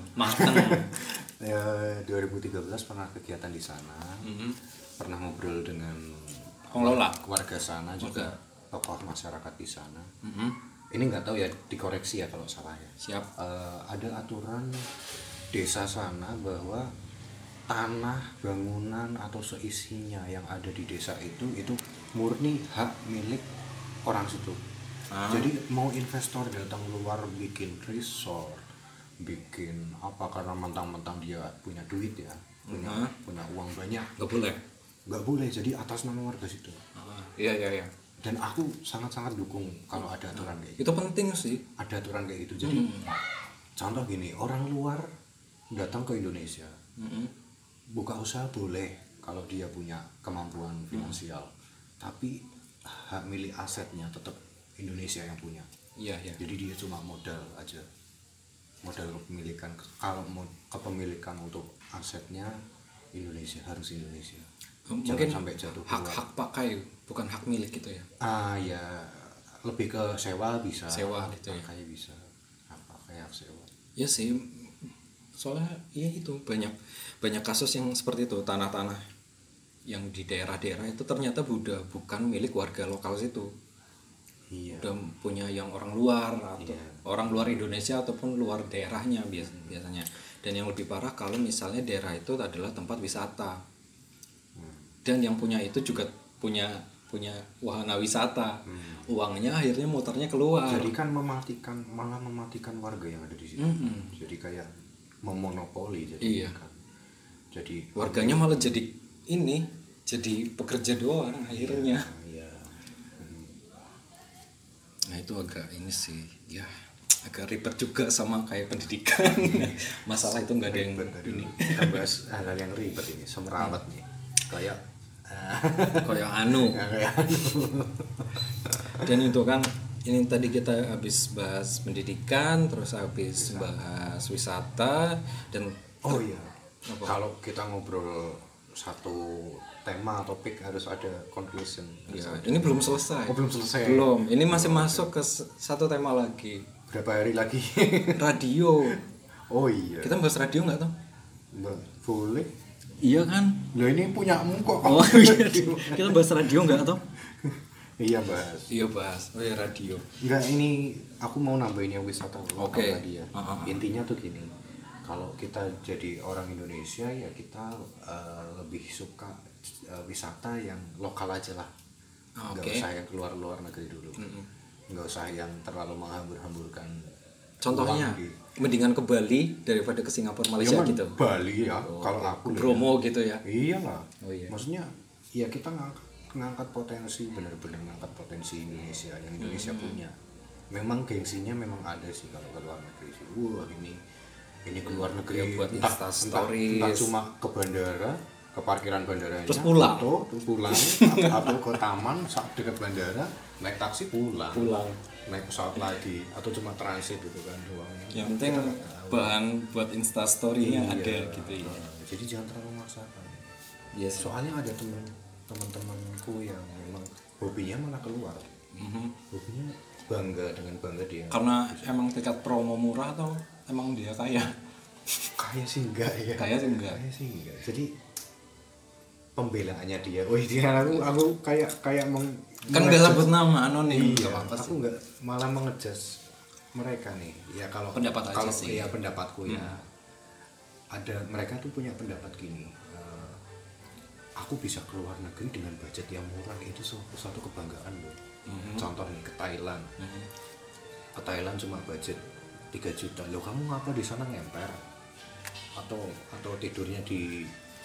2013 pernah kegiatan di sana. Pernah ngobrol dengan pengelola warga sana juga, tokoh masyarakat di sana. Ini nggak tahu ya, dikoreksi ya kalau salah ya. Siap. Ada aturan desa sana bahwa tanah, bangunan atau seisinya yang ada di desa itu murni hak milik orang situ. Jadi mau investor datang luar bikin resort, bikin apa karena mentang-mentang dia punya duit ya, punya uang banyak, nggak boleh jadi atas nama warga situ. Iya. Dan aku sangat-sangat dukung kalau ada aturan kayak gitu. Itu penting sih. Ada aturan kayak gitu. Jadi contoh gini, orang luar datang ke Indonesia, buka usaha boleh kalau dia punya kemampuan finansial, tapi hak milik asetnya tetap Indonesia yang punya. Iya. Jadi dia cuma modal aja, modal kepemilikan. Kalau mau kepemilikan untuk asetnya Indonesia, harus Indonesia. Mungkin sampai jatuh hak pakai, bukan hak milik gitu ya. Ya lebih ke sewa bisa, sewa gitu ya, kayak bisa hak pakai, hak sewa ya sih. Soalnya ya itu banyak kasus yang seperti itu, tanah-tanah yang di daerah-daerah itu ternyata bukan milik warga lokal situ. Udah punya yang orang luar atau orang luar Indonesia ataupun luar daerahnya biasanya. Dan yang lebih parah kalau misalnya daerah itu adalah tempat wisata. Dan yang punya itu juga punya wahana wisata. Uangnya akhirnya muternya keluar. Jadi kan malah mematikan warga yang ada di situ. Jadi kayak memonopoli jadi. Kan. Jadi warganya malah jadi pekerja doang akhirnya. Nah itu agak ini sih ya, agak ribet juga sama kayak pendidikan. Masalah itu nggak ada yang ini. Kita bahas hal yang ribet ini, semerawat nih. Kayak anu. Dan itu kan ini tadi kita habis bahas pendidikan, terus habis bahas wisata dan kalau kita ngobrol satu tema topik harus ada conclusion. Ini belum selesai. Belum selesai. Belum. Ini masih masuk ke satu tema lagi. Berapa hari lagi? Radio. Oh iya. Kita bahas radio nggak toh? Boleh. Iya kan? Loh ini punyamu kok. Oh iya. Kita bahas radio nggak toh? Iya bahas. Oh ya radio. Enggak, ini aku mau nambahin yang wisata. Oke. Intinya tuh gini. Kalau kita jadi orang Indonesia ya kita lebih suka wisata yang lokal aja lah. Nggak usah yang keluar negeri dulu. Nggak usah yang terlalu menghambur-hamburkan. Contohnya mendingan ke Bali daripada ke Singapura, Malaysia gitu. Bali ya, kalau aku Bromo gitu ya. Iyalah. Maksudnya ya kita ngangkat potensi, benar-benar ngangkat potensi Indonesia yang Indonesia punya. Memang gengsinya memang ada sih kalau ke luar negeri sih. Wah, ini ke luar negeri ya, buat entah cuma ke bandara, ke parkiran bandaranya, terus pulang atau ke taman dekat bandara, naik taksi pulang, naik pesawat lagi, atau cuma transit gitu kan uangnya. Yang penting bahan buat Instastory-nya ada gitu ya. Jadi jangan terlalu memaksakan. Yes. Soalnya ada teman-temanku yang memang hobinya malah keluar. Hobinya bangga dia. Karena emang tiket promo murah atau emang dia kaya? Kaya sih enggak ya. Kaya sih enggak. Jadi pembelaannya dia. Aku kayak kan nggak sebut nama anonim. Aku nggak malah mengejas mereka nih. Ya kalau sih. Ya pendapatku ya. Ada mereka tuh punya pendapat gini. Aku bisa keluar negeri dengan budget yang murah, itu suatu kebanggaan loh. Contoh nih ke Thailand. Ke Thailand cuma budget 3 juta. Loh kamu ngapa di sana ngemper? Atau tidurnya di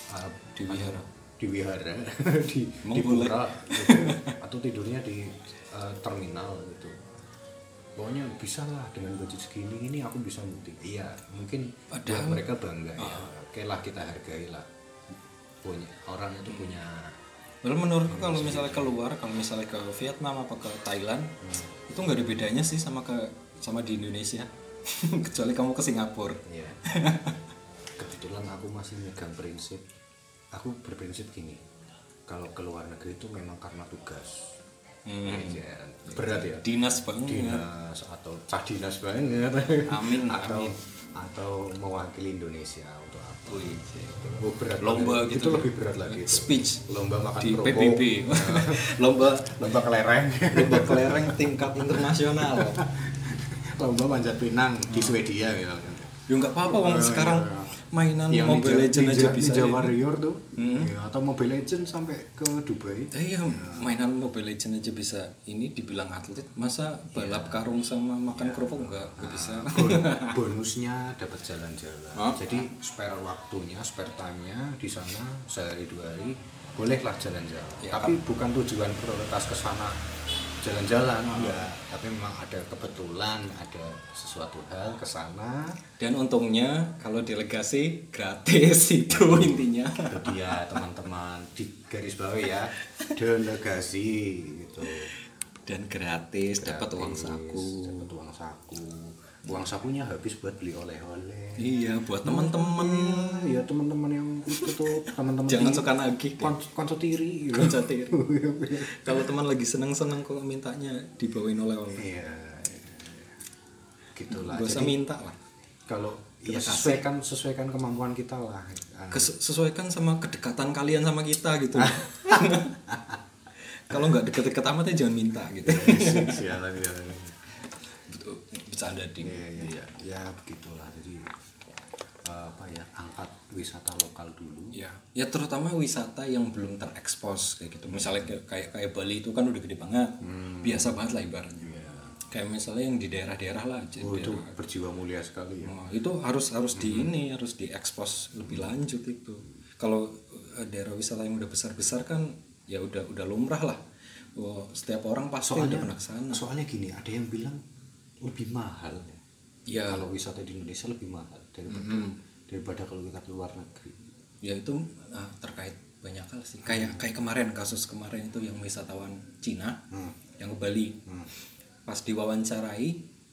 wihara di pura gitu. Atau tidurnya di terminal gitu. Pokoknya bisa lah dengan budget segini ini aku bisa bukti. Iya, mungkin buat mereka bangga ya. Oke lah, kita hargai lah. Orang itu punya. Menurutku kalau misalnya keluar, kalau misalnya ke Vietnam apa ke Thailand, itu nggak ada bedanya sih sama di Indonesia. Kecuali kamu ke Singapura. Iya. Kebetulan aku masih megang prinsip. Aku berprinsip gini. Kalau keluar negeri itu memang karena tugas. Berat ya. Dinas banget. Dinas atau dinas banget. Amin. atau mewakili Indonesia untuk apa? Wih, Berat lomba lagi. gitu. Itu lebih berat lagi. Speech Lomba makan di kerupuk. PBB. lomba kelereng. lomba kelereng tingkat internasional. Lomba manjat pinang di Swedia gitu. Ya nggak apa-apa, wong sekarang mainan Yang Mobile Legends aja bisa. Ninja ini. Warrior tuh. Ya, atau Mobile Legends sampai ke Dubai. Iya, mainan Mobile Legends aja bisa. Ini dibilang atlet, masa balap karung sama makan kerupuk nggak bisa. Bonusnya dapat jalan-jalan. Jadi spare waktunya, spare time-nya di sana sehari 2 hari bolehlah jalan-jalan. Ya, tapi bukan tujuan prioritas ke sana jalan-jalan enggak, tapi memang ada kebetulan ada sesuatu hal ke sana. Dan untungnya kalau delegasi gratis itu intinya. Itu dia teman-teman di garis bawah ya, delegasi gitu. Dan gratis, dapat uang saku. Dapat uang saku. Uang sakunya habis buat beli oleh-oleh. Iya, buat teman-teman. Ya teman-teman yang tutup, teman-teman Jangan suka nagih. konco tiri gitu. Koncatir. Kalau teman lagi seneng-seneng kok mintanya dibawain oleh-oleh. Iya. Gitulah. Gak usah minta lah. Kalau ya Kasih. sesuaikan kemampuan kita lah. Sesuaikan sama kedekatan kalian sama kita gitu. Kalau nggak deket-deket amat ya jangan minta gitu. Sialan. Bercanda ding. Iya. Ya begitulah. Jadi apa ya, angkat wisata lokal dulu. Ya terutama wisata yang belum terekspos kayak gitu. Misalnya kayak Bali itu kan udah gede banget. Biasa banget lah ibaratnya. Kayak misalnya yang di daerah-daerah lah. Itu berjiwa mulia sekali ya. Nah, itu harus harus diekspos lebih lanjut itu. Kalau daerah wisata yang udah besar-besar kan ya udah lumrah lah. Setiap orang pasti udah pernah kesana. Soalnya gini, ada yang bilang lebih mahal Ya. kalau wisata di Indonesia lebih mahal daripada kalau kita keluar negeri. Ya itu terkait banyak hal sih. Kayak kemarin, kasus kemarin itu yang wisatawan Cina yang ke Bali. Pas diwawancarai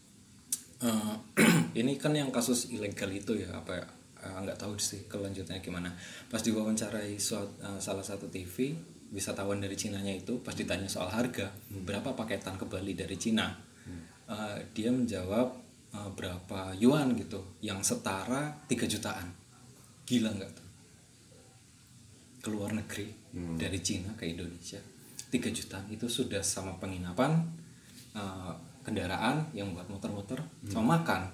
ini kan yang kasus ilegal itu ya, apa ya, nggak tahu sih kelanjutannya gimana. Pas diwawancarai salah satu TV, wisatawan dari Cinanya itu pas ditanya soal harga, berapa paketan ke Bali dari Cina, dia menjawab berapa yuan gitu, yang setara 3 jutaan. Gila nggak tuh? Keluar negeri dari Cina ke Indonesia 3 jutaan itu sudah sama penginapan, kendaraan yang buat muter-muter, sama makan.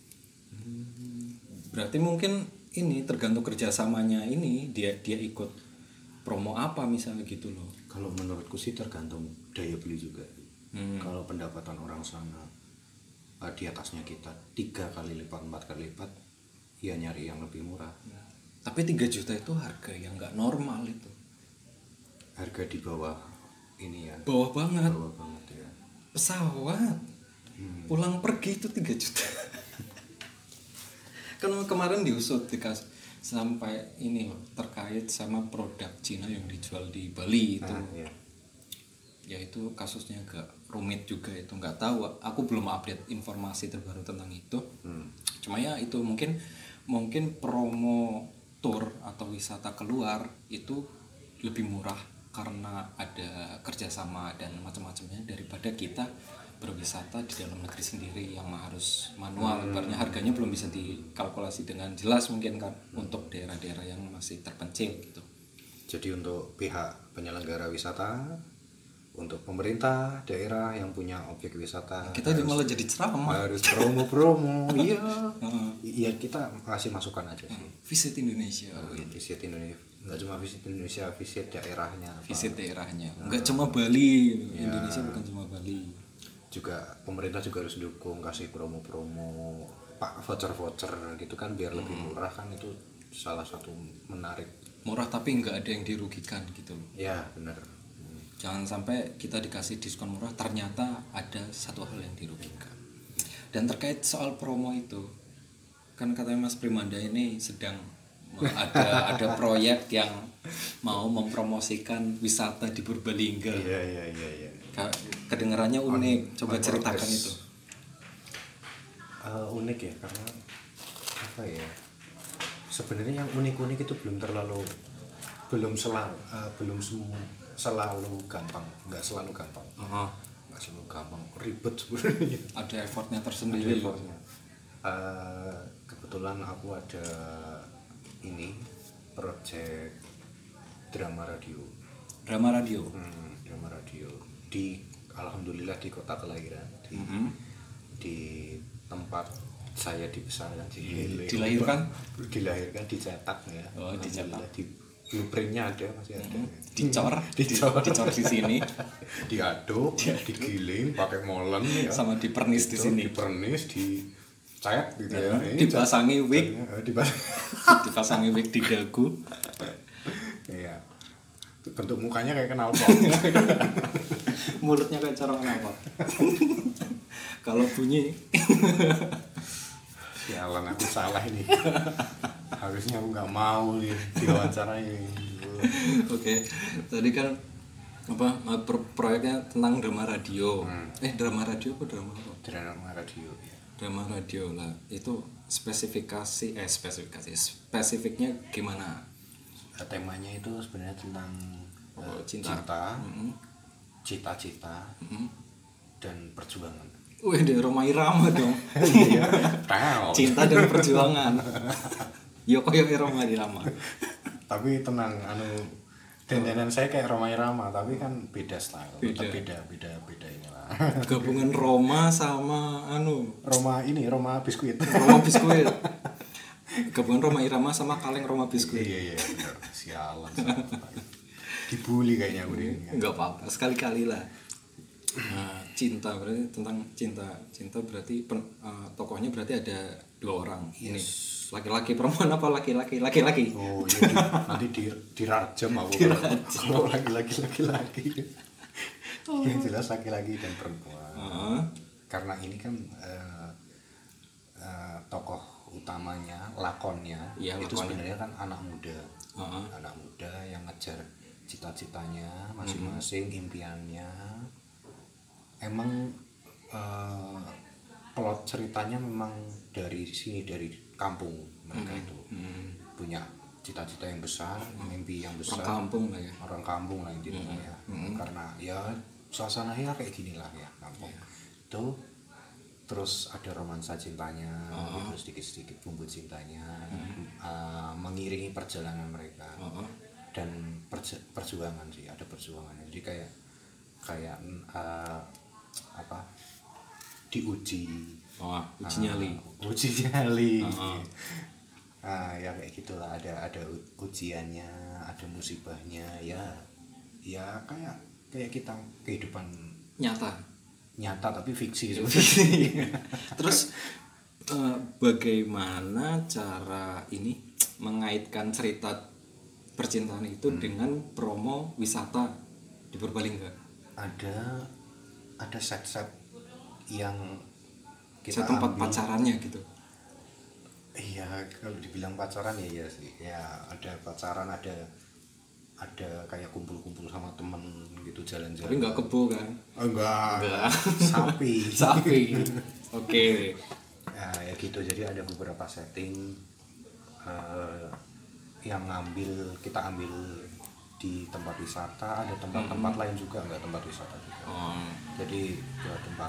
Berarti mungkin ini tergantung kerjasamanya, ini dia ikut promo apa misalnya gitu loh. Kalau menurutku sih tergantung daya beli juga. Kalau pendapatan orang sana di atasnya kita 3 kali lipat, 4 kali lipat, ya nyari yang lebih murah. Tapi 3 juta itu harga yang nggak normal itu. Harga di bawah ini ya. Bawah banget. Bawah banget ya. Pesawat pulang pergi itu 3 juta. Kan kemarin diusut sampai ini loh, terkait sama produk Cina yang dijual di Bali itu. Iya. Ya itu kasusnya agak rumit juga, itu nggak tahu, aku belum update informasi terbaru tentang itu. Cuma ya itu mungkin promo tour atau wisata keluar itu lebih murah karena ada kerjasama dan macam-macamnya daripada kita berwisata di dalam negeri sendiri yang harus manual. Ibaratnya harganya belum bisa dikalkulasi dengan jelas mungkin kan untuk daerah-daerah yang masih terpencil gitu. Jadi untuk pihak penyelenggara wisata, untuk pemerintah daerah yang punya objek wisata, Kita malah jadi ceramah. harus promo-promo. Iya. Iya, kita kasih masukan aja sih. Visit Indonesia. Visit Indonesia, nggak cuma visit Indonesia, visit daerahnya. Visit daerahnya. Enggak cuma Bali. Indonesia bukan cuma Bali. Juga pemerintah juga harus dukung, kasih promo-promo, voucher-voucher gitu kan biar lebih murah kan, itu salah satu menarik. Murah tapi nggak ada yang dirugikan gitu loh. Ya benar. Jangan sampai kita dikasih diskon murah ternyata ada satu hal yang dirugikan. Dan terkait soal promo itu, kan katanya Mas Primanda ini sedang ada proyek yang mau mempromosikan wisata di Purbalingga. Iya. Kedengarannya unik, coba ceritakan itu. Unik ya, karena apa ya? Sebenarnya yang unik-unik itu selalu gampang, nggak selalu gampang. Nggak selalu gampang, ribet sebenarnya. Ada effortnya tersendiri. Kebetulan aku ada ini project drama radio. Drama radio. Drama radio di alhamdulillah di kota kelahiran di tempat saya dibesarkan, dilahirkan dicetak ya. Oh, dicetak. Di blueprintnya ada, masih ada. Dicor di sini, diaduk, digiling pakai molen ya. Sama dipernis di sini. Dipernis, dicat gitu ya. Dipasangi wig. Dipasangi wig di dagu. Iya. Bentuk mukanya kayak knalpot. Mulutnya kayak corong apa? Kalau bunyi sialan, aku salah ini. Harusnya aku nggak mau nih diwawancarai. Oke, tadi kan proyeknya tentang drama radio. Drama radio apa drama apa? Drama radio ya. Drama radio lah. Itu spesifiknya gimana? Temanya itu sebenarnya tentang cinta. Cita-cita dan perjuangan. Wih, di Rhoma Irama dong. Cinta dan perjuangan. Yo koyo Rhoma Irama. Tapi tenang, dandanan saya kayak Rhoma Irama, tapi kan beda style. Beda inilah. Gabungan Roma sama Roma biskuit. Roma biskuit. Gabungan Rhoma Irama sama kaleng Roma biskuit. Iya benar. Sialan. Dibully kayaknya aku ini. Enggak apa-apa, sekali-kali lah. Cinta berarti tentang cinta berarti tokohnya berarti ada 2 orang. Yes. Ini laki-laki perempuan apa laki-laki? Oh iya, nanti dirajam aku kalau laki-laki. Yang jelas laki-laki dan perempuan. Karena ini kan tokoh utamanya, lakonnya itu sebenarnya kan anak muda. Anak muda yang ngejar cita-citanya masing-masing, impiannya. Emang plot ceritanya memang dari sini, dari kampung mereka itu punya cita-cita yang besar, mimpi yang besar. Orang kampung lah intinya ya. Karena ya suasananya kayak gini lah ya kampung. Itu terus ada romansa cintanya, terus sedikit-sedikit bumbu cintanya, mengiringi perjalanan mereka. Dan perjuangan sih, ada perjuangan. Jadi kayak diuji nyali ya kayak gitulah, ada ujiannya, ada musibahnya ya kayak kita kehidupan nyata tapi fiksi sebenarnya. Terus bagaimana cara ini mengaitkan cerita percintaan itu dengan promo wisata di Purbalingga? Ada set yang kita tempat ambil. Pacarannya gitu. Iya, kalau dibilang pacaran ya sih. Ya ada pacaran, ada kayak kumpul-kumpul sama temen gitu, jalan-jalan. Tapi nggak kebo kan? Oh, enggak. Sapi. Oke. Ya gitu, jadi ada beberapa setting yang kita ambil di tempat wisata, ada tempat-tempat lain juga, nggak tempat wisata juga. Jadi ke tempat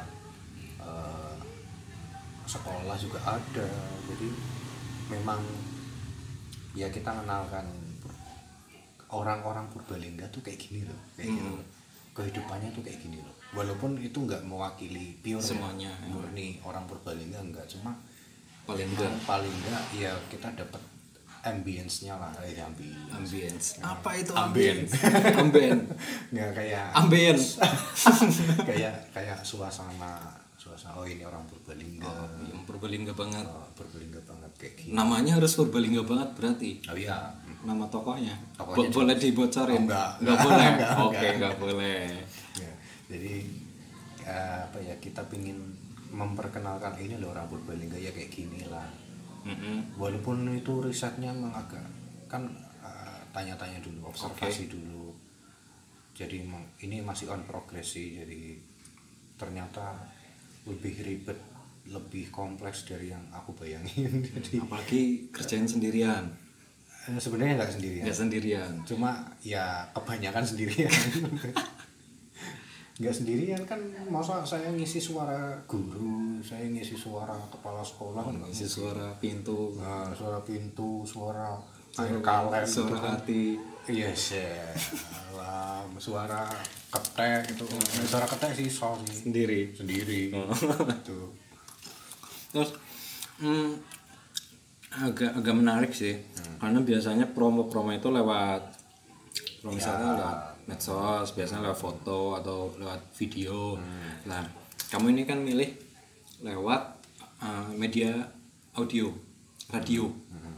sekolah juga ada. Jadi memang ya kita kenalkan orang-orang Purbalingga tuh kayak gini loh, gitu. Kehidupannya tuh kayak gini loh. Walaupun itu nggak mewakili pure semuanya, murni orang Purbalingga, enggak, cuma paling enggak ya kita dapat ambience-nya lah. Ambience. Apa itu ambience? Nggak kayak ambience. kayak suasana. Oh ini orang Purbalingga. Yang Purbalingga banget. Purbalingga banget kayak gini. Namanya harus Purbalingga banget berarti. Oh iya. Nama tokohnya. Boleh dibocorin? Enggak boleh. Oke, enggak boleh. Ya, jadi kita pingin memperkenalkan ini loh orang Purbalingga ya kayak gini lah. Walaupun itu risetnya memang agak kan tanya-tanya dulu, observasi dulu. Jadi ini masih on progress sih. Jadi ternyata lebih ribet, lebih kompleks dari yang aku bayangin. Jadi apalagi kerjain sendirian. Sebenarnya nggak sendirian. Cuma ya kebanyakan sendirian. nggak sendirian kan, masa saya ngisi suara guru, saya ngisi suara kepala sekolah, ngisi suara pintu, suara pintu, suara air kaleng, suara hati, yes ya, suara ketek itu, suara ketek sih sendiri itu. Terus agak menarik sih, karena biasanya promo itu lewat misalnya lewat medsos, biasanya lewat foto atau lewat video. Nah, kamu ini kan milih lewat media audio, radio.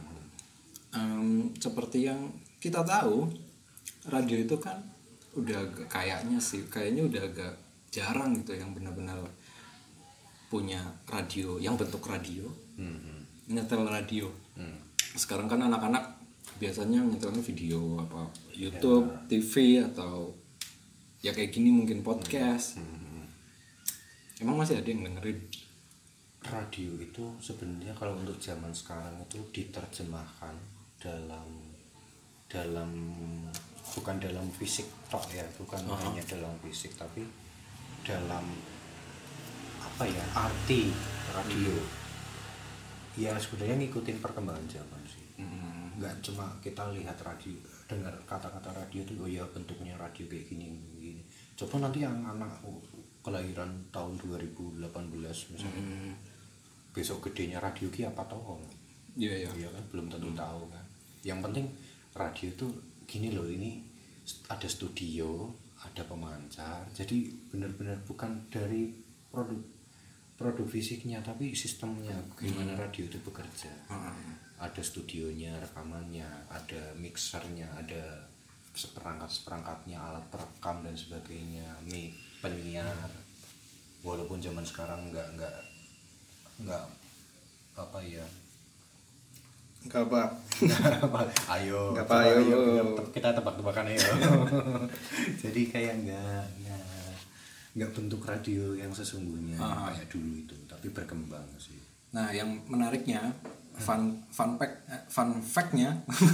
Seperti yang kita tahu, radio itu kan udah kayaknya udah agak jarang gitu yang benar-benar punya radio, yang bentuk radio, nyetel radio. Sekarang kan anak-anak biasanya nyetelnya video apa YouTube, TV atau ya kayak gini mungkin podcast. Emang masih ada yang dengerin? Radio itu sebenarnya kalau untuk zaman sekarang itu diterjemahkan dalam bukan dalam fisik tok ya, bukan hanya dalam fisik, tapi dalam apa ya, arti radio. Ya sebenarnya ngikutin perkembangan zaman sih. Nggak cuma kita lihat radio, dengar kata-kata radio itu, oh ya bentuknya radio kayak gini. Coba nanti yang anak kelahiran tahun 2018 misalnya, besok gedenya radio ki apa toh? Iya kan, belum tentu tahu kan. Yang penting radio itu gini loh, ini ada studio, ada pemancar, jadi benar-benar bukan dari produk fisiknya, tapi sistemnya gimana radio itu bekerja. Ada studionya, rekamannya, ada mixernya, ada seperangkatnya, alat perekam dan sebagainya, penyiar. Walaupun zaman sekarang nggak apa ya, nggak apa. ayo kita tebak-tebakan ayo. Jadi kayak nggak bentuk radio yang sesungguhnya kayak dulu itu, tapi berkembang sih. Nah, yang menariknya fun fact-nya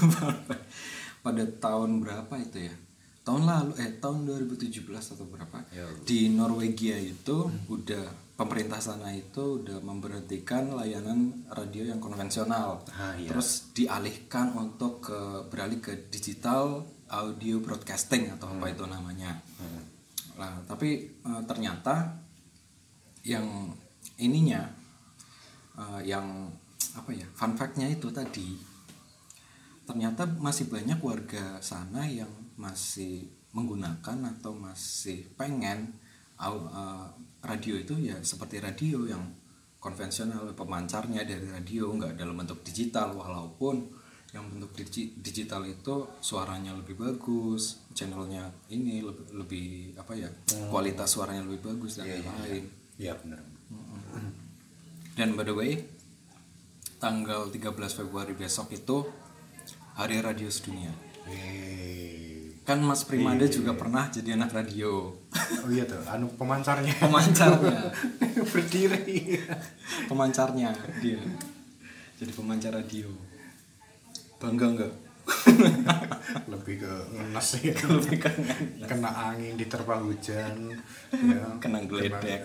pada tahun berapa itu ya? Tahun 2017 atau berapa? Di Norwegia itu pemerintah sana itu udah memberhentikan layanan radio yang konvensional. Terus dialihkan untuk beralih ke digital audio broadcasting atau apa itu namanya. Nah, tapi ternyata yang ininya yang apa ya, fun fact-nya itu tadi, ternyata masih banyak warga sana yang masih menggunakan atau masih pengen radio itu ya seperti radio yang konvensional, pemancarnya dari radio, nggak dalam bentuk digital, walaupun yang bentuk digital itu suaranya lebih bagus, channelnya ini lebih apa ya, kualitas suaranya lebih bagus dan lain-lain. Iya benar. Dan by the way, tanggal 13 Februari besok itu Hari Radio Sedunia. Kan Mas Primanda juga pernah jadi anak radio. Oh iya tuh, pemancarnya berdiri. Pemancarnya dia. Jadi pemancar radio. Bangga enggak? Lebih ke ngenes ya. Lebih ke kena angin, diterpa hujan, ya. Kena geledek.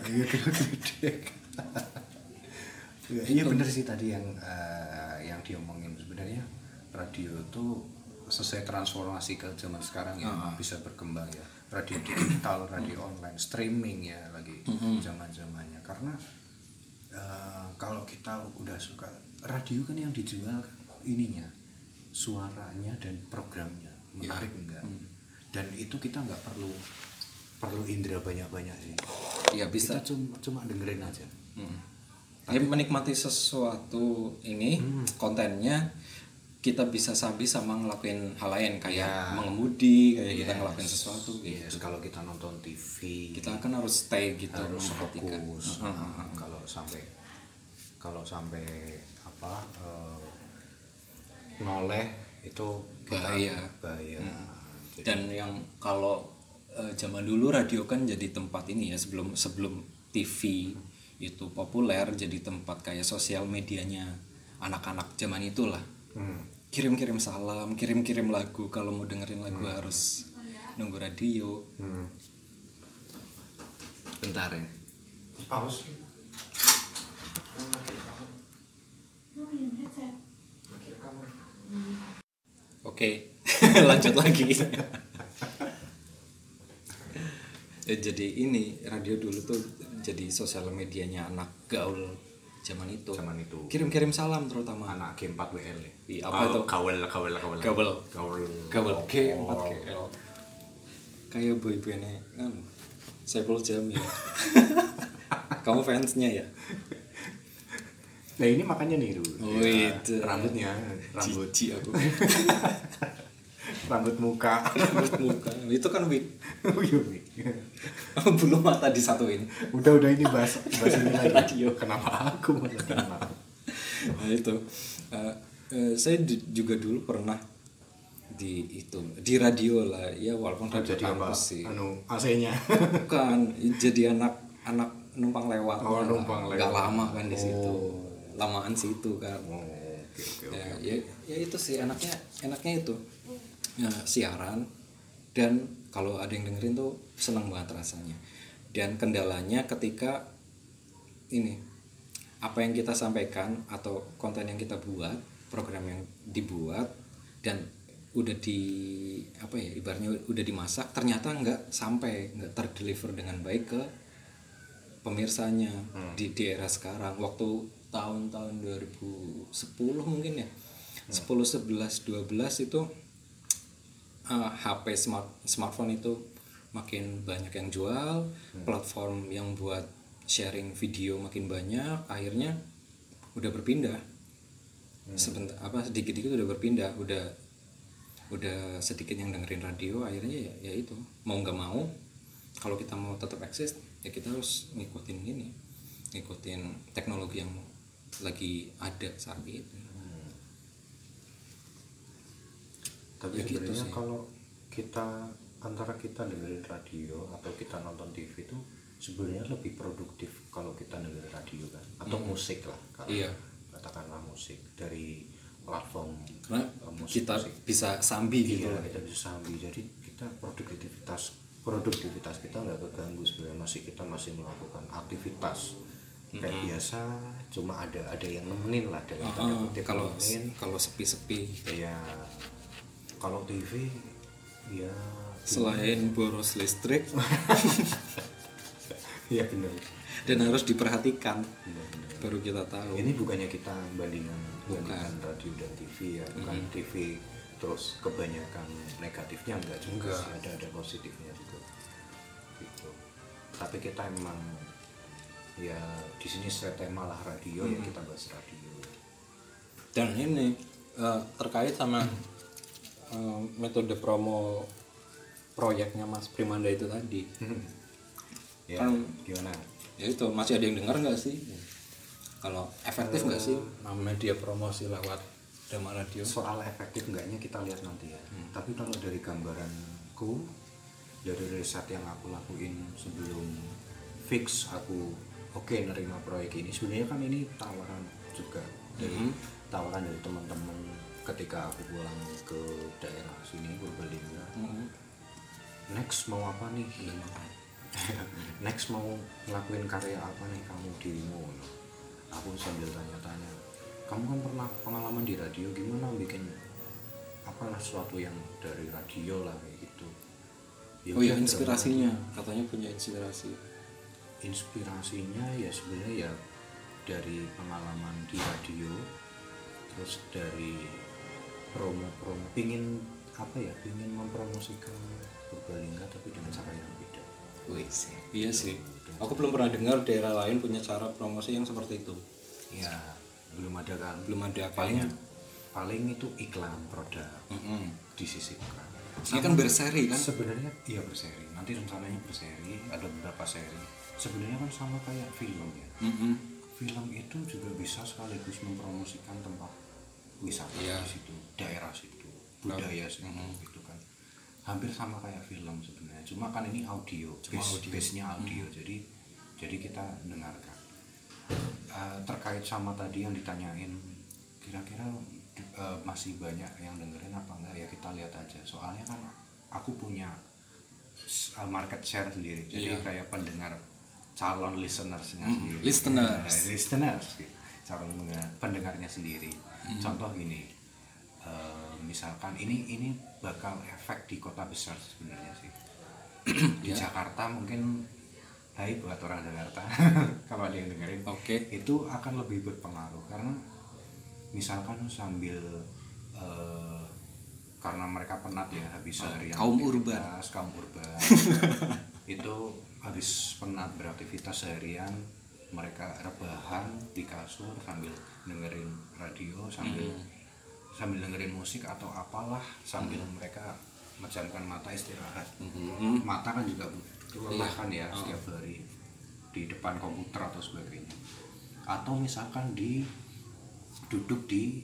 Iya benar sih tadi yang diomongin, sebenarnya radio itu sesuai transformasi ke zaman sekarang ya, bisa berkembang ya, radio digital, radio online, streaming ya lagi zaman-zamannya. Karena kalau kita udah suka radio kan yang dijual ininya, suaranya dan programnya menarik enggak, dan itu kita nggak perlu indera banyak-banyak sih ya, bisa kita cuma dengerin aja. Menikmati sesuatu ini, kontennya kita bisa sama ngelakuin hal lain kayak mengemudi, kayak kita ngelakuin sesuatu gitu. Kalau kita nonton TV kita kan harus stay gitu, harus memperhatikan. fokus. Kalau sampai apa noleh itu bahaya. Jadi, dan yang kalau zaman dulu radio kan jadi tempat ini ya, sebelum TV itu populer, jadi tempat kayak sosial medianya anak-anak zaman itulah. Kirim-kirim salam, kirim-kirim lagu, kalau mau dengerin lagu harus nunggu radio. Bentar ya. Pause. Oke, lanjut lagi. Jadi ini radio dulu tuh jadi sosial medianya anak gaul zaman itu. Kirim-kirim salam terutama Anak G4WL ya. Iya, apa itu? Gaul. Gaul G4GL. Kayak boybandnya kan Saiful Jamil. Kamu fansnya ya? Nah ini makanya nih dulu. Oh itu. Rambutnya, Cici aku. rambut muka. Itu kan wig. Wih. Bulu mata disatuin. Udah ini bahas ini lagi. Radio. Kenapa aku malah kenapa? Nah itu. Saya juga dulu pernah di radio lah ya, walaupun radio Jadi apa? kampus sih. AC-nya. Bukan, jadi anak numpang lewat. Numpang lewat. Nggak lama kan di situ. Lamaan situ kan. Oke. Ya itu sih enaknya itu. Ya, siaran, dan kalau ada yang dengerin tuh senang banget rasanya. Dan kendalanya ketika ini apa yang kita sampaikan atau konten yang kita buat, program yang dibuat dan udah ibaratnya udah dimasak, ternyata nggak terdeliver dengan baik ke pemirsanya. Di era sekarang, waktu tahun-tahun 2010 mungkin ya, 10, 11, 12 itu HP smartphone itu makin banyak yang jual, platform yang buat sharing video makin banyak, akhirnya udah berpindah. Sedikit-sedikit udah berpindah, udah sedikit yang dengerin radio, akhirnya ya itu mau nggak mau, kalau kita mau tetap eksis ya kita harus ngikutin teknologi yang lagi ada saat itu. Tapi Ya gitu sebenarnya sih. kalau antara kita dengerin radio atau kita nonton TV itu sebenarnya lebih produktif kalau kita dengerin radio kan, atau musik lah kalau katakanlah musik dari platform, karena kita bisa sambi gitu iya, lah. kita bisa sambi, jadi kita produktivitas kita nggak keganggu sebenarnya, kita masih melakukan aktivitas kayak biasa, cuma ada yang nemenin lah dalam tanda kutip. Kalau sepi-sepi ya. Kalau TV ya selain boros listrik ya benar, dan harus diperhatikan, benar. baru kita tahu. Ini bukannya kita bandingkan radio dan TV ya, bukan TV terus kebanyakan negatifnya, enggak juga sih, ada positifnya juga gitu. Tapi kita emang ya di sini sesuai tema lah radio, ya kita bahas radio. Dan ini terkait sama metode promo proyeknya Mas Primanda itu tadi. Ya, Kan gimana? ya itu masih ada yang dengar nggak sih? Kalau efektif nggak sih media promosi lewat Dhamma Radio? Soal efektif enggaknya kita lihat nanti ya. Tapi kalau dari gambaranku, dari riset yang aku lakuin sebelum fix aku nerima proyek ini, sebenarnya kan ini tawaran juga dari tawaran dari teman-teman ketika aku pulang ke daerah sini Purbalingga. Next mau apa nih? Next mau ngelakuin karya apa nih kamu, dirimu? Aku sambil tanya-tanya, kamu kan pernah pengalaman di radio, gimana bikin apalah sesuatu yang dari radio lah kayak gitu. Ya, inspirasinya, katanya punya inspirasinya ya sebenarnya ya dari pengalaman di radio, terus dari promo pingin mempromosikan Purbalingga tapi dengan cara yang beda. Iya sih. Aku belum pernah dengar daerah lain punya cara promosi yang seperti itu. Ya belum ada kan. Paling itu iklan produk disisipkan. Ini kan berseri kan? Sebenarnya iya berseri. Nanti rencananya berseri, ada beberapa seri. Sebenarnya kan sama kayak film ya. Film itu juga bisa sekaligus mempromosikan tempat wisata di situ, daerah situ, budaya situ gitu kan. Hampir sama kayak film sebenarnya. Cuma kan ini audio, base-nya audio. Jadi kita dengarkan. Terkait sama tadi yang ditanyain, kira-kira masih banyak yang dengerin apa enggak, ya kita lihat aja. Soalnya kan aku punya market share sendiri. Jadi kayak pendengar calon listenersnya sendiri. Listeners. Calon pendengarnya sendiri. Contoh gini, misalkan ini bakal efek di kota besar sebenarnya sih. Di Jakarta mungkin, hai buat orang Jakarta, kalau ada yang dengerin, itu akan lebih berpengaruh karena misalkan sambil karena mereka penat ya habis seharian kaum urban itu habis penat beraktivitas seharian, mereka rebahan di kasur sambil dengerin radio, sambil dengerin musik atau apalah, sambil mereka menjamkan mata istirahat. Mata kan juga lelah kan ya setiap hari di depan komputer atau sebagainya. Atau misalkan duduk di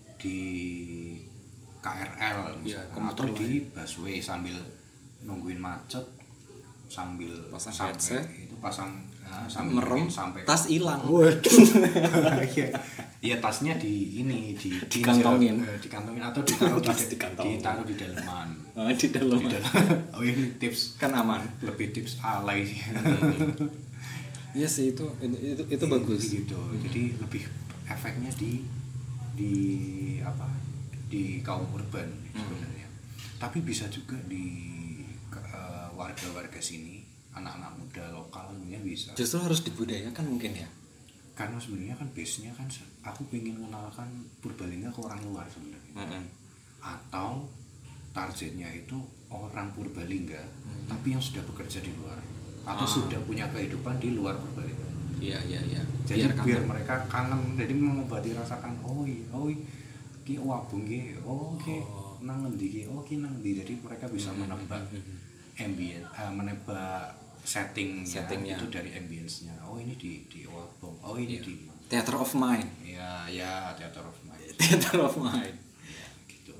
KRL atau di busway sambil nungguin macet, sambil pasang sambil merem sampai tas hilang. Waduh. Iya tasnya dikantongin atau ditaruh di dalaman. Di dalam. Oh ini tips Kan aman. Lebih tips alay sih. Iya sih itu bagus. Gitu. Jadi lebih efeknya di kaum urban sebenarnya. Tapi bisa juga di warga-warga sini, anak-anak muda lokal sebenarnya bisa. Justru harus dibudayakan mungkin ya. Karena sebenarnya kan base-nya kan aku pengen mengenalkan Purbalingga ke orang luar sebenarnya. Atau targetnya itu orang Purbalingga tapi yang sudah bekerja di luar atau sudah punya kehidupan di luar Purbalingga. Iya. Jadi biar mereka kangen, jadi mengobati rasakan ki wabung ki, nang ngendi ki, ki nang ndi. Jadi mereka bisa menebak ambient, menebak settingnya itu dari ambience-nya. Ini di wabung. Ini di Theater of Mind. Ya, Theater of Mind. Theater of Mind. Gitu.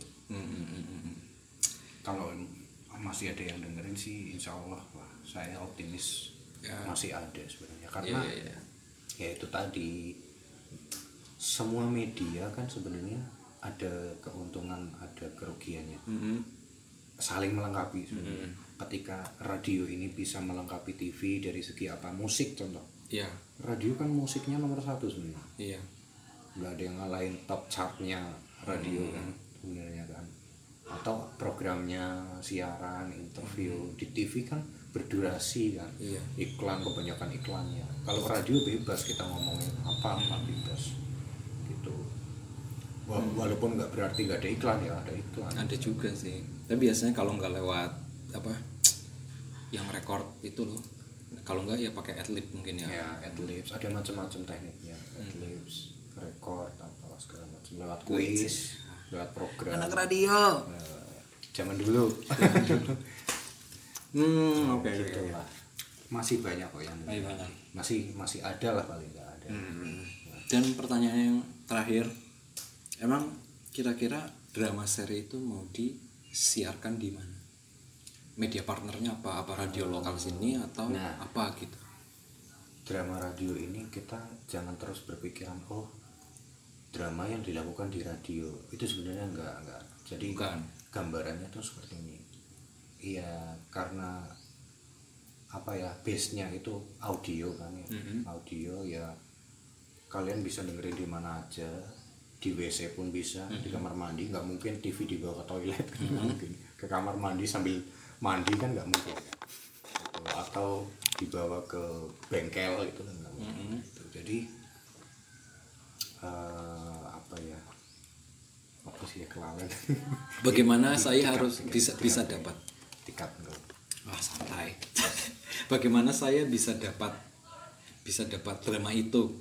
Kalau masih ada yang dengerin sih, insya Allah lah, saya optimis masih ada sebenarnya. Karena ya itu tadi, semua media kan sebenarnya ada keuntungan, ada kerugiannya. Saling melengkapi sebenarnya. Ketika radio ini bisa melengkapi TV dari segi apa, musik contoh. Radio kan musiknya nomor 1 sebenarnya. Nggak ada yang ngalahin top chartnya radio kan sebenarnya kan. Atau programnya, siaran, interview di TV kan berdurasi kan. Iklan, kebanyakan iklannya. Kalau radio bebas, kita ngomongin apa bebas gitu. Walaupun nggak berarti nggak ada iklan, ya ada iklan. Ada juga sih. Tapi biasanya kalau nggak lewat yang record itu loh, kalau nggak ya pakai adlib mungkin ya. Adlibs ada macam-macam tekniknya. Adlibs, record atau segala macam, lewat kuis, lewat program. Anak radio. Zaman dulu. Gitu lah. Masih banyak kok yang masih ada lah, paling nggak ada. Dan pertanyaan yang terakhir, emang kira-kira drama seri itu mau disiarkan di mana? Media partnernya apa radio lokal sini atau apa gitu? Drama radio ini kita jangan terus berpikiran drama yang dilakukan di radio itu sebenarnya enggak. Jadi gambarannya tuh seperti ini. Iya, karena base-nya itu audio kan ya. Audio ya, kalian bisa dengerin di mana aja, di WC pun bisa, di kamar mandi. Nggak mungkin TV dibawa ke toilet kan, nggak mungkin. Ke kamar mandi sambil mandi kan nggak mungkin ya. Atau dibawa ke bengkel gitu kan nggak mungkin. Jadi apa sih ya, kelalen. Bagaimana saya harus bisa dapat tiket? Santai. Bagaimana saya bisa dapat drama itu?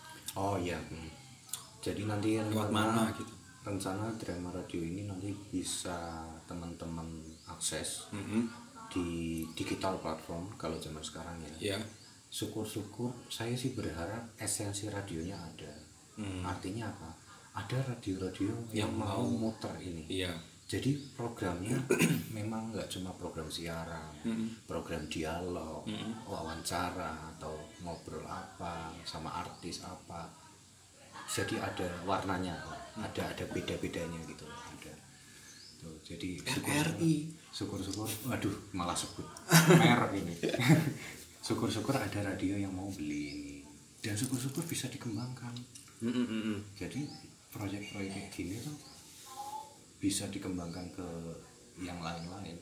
Jadi nanti lewat mana gitu? Rencana drama radio ini nanti bisa teman-teman akses di digital platform kalau zaman sekarang ya. Syukur-syukur, saya sih berharap esensi radionya ada. Artinya apa? Ada radio-radio yang mau muter ini. Jadi programnya memang nggak cuma program siaran, program dialog, wawancara atau ngobrol apa sama artis apa. Jadi ada warnanya, ada beda-bedanya gitu, ada. Tuh, jadi RRI. Syukur-syukur, waduh malah sebut merek ini. syukur-syukur ada radio yang mau beli dan syukur-syukur bisa dikembangkan. Jadi proyek-proyek kayak gini tuh bisa dikembangkan ke yang lain-lain.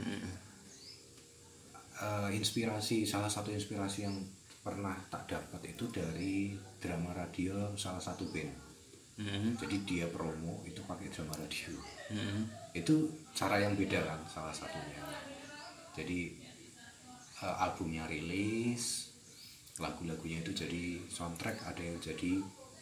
Salah satu inspirasi yang pernah tak dapat itu dari drama radio salah satu band. Jadi dia promo itu pakai drama radio. Itu cara yang beda kan salah satunya. Jadi albumnya rilis, lagu-lagunya itu jadi soundtrack, ada yang jadi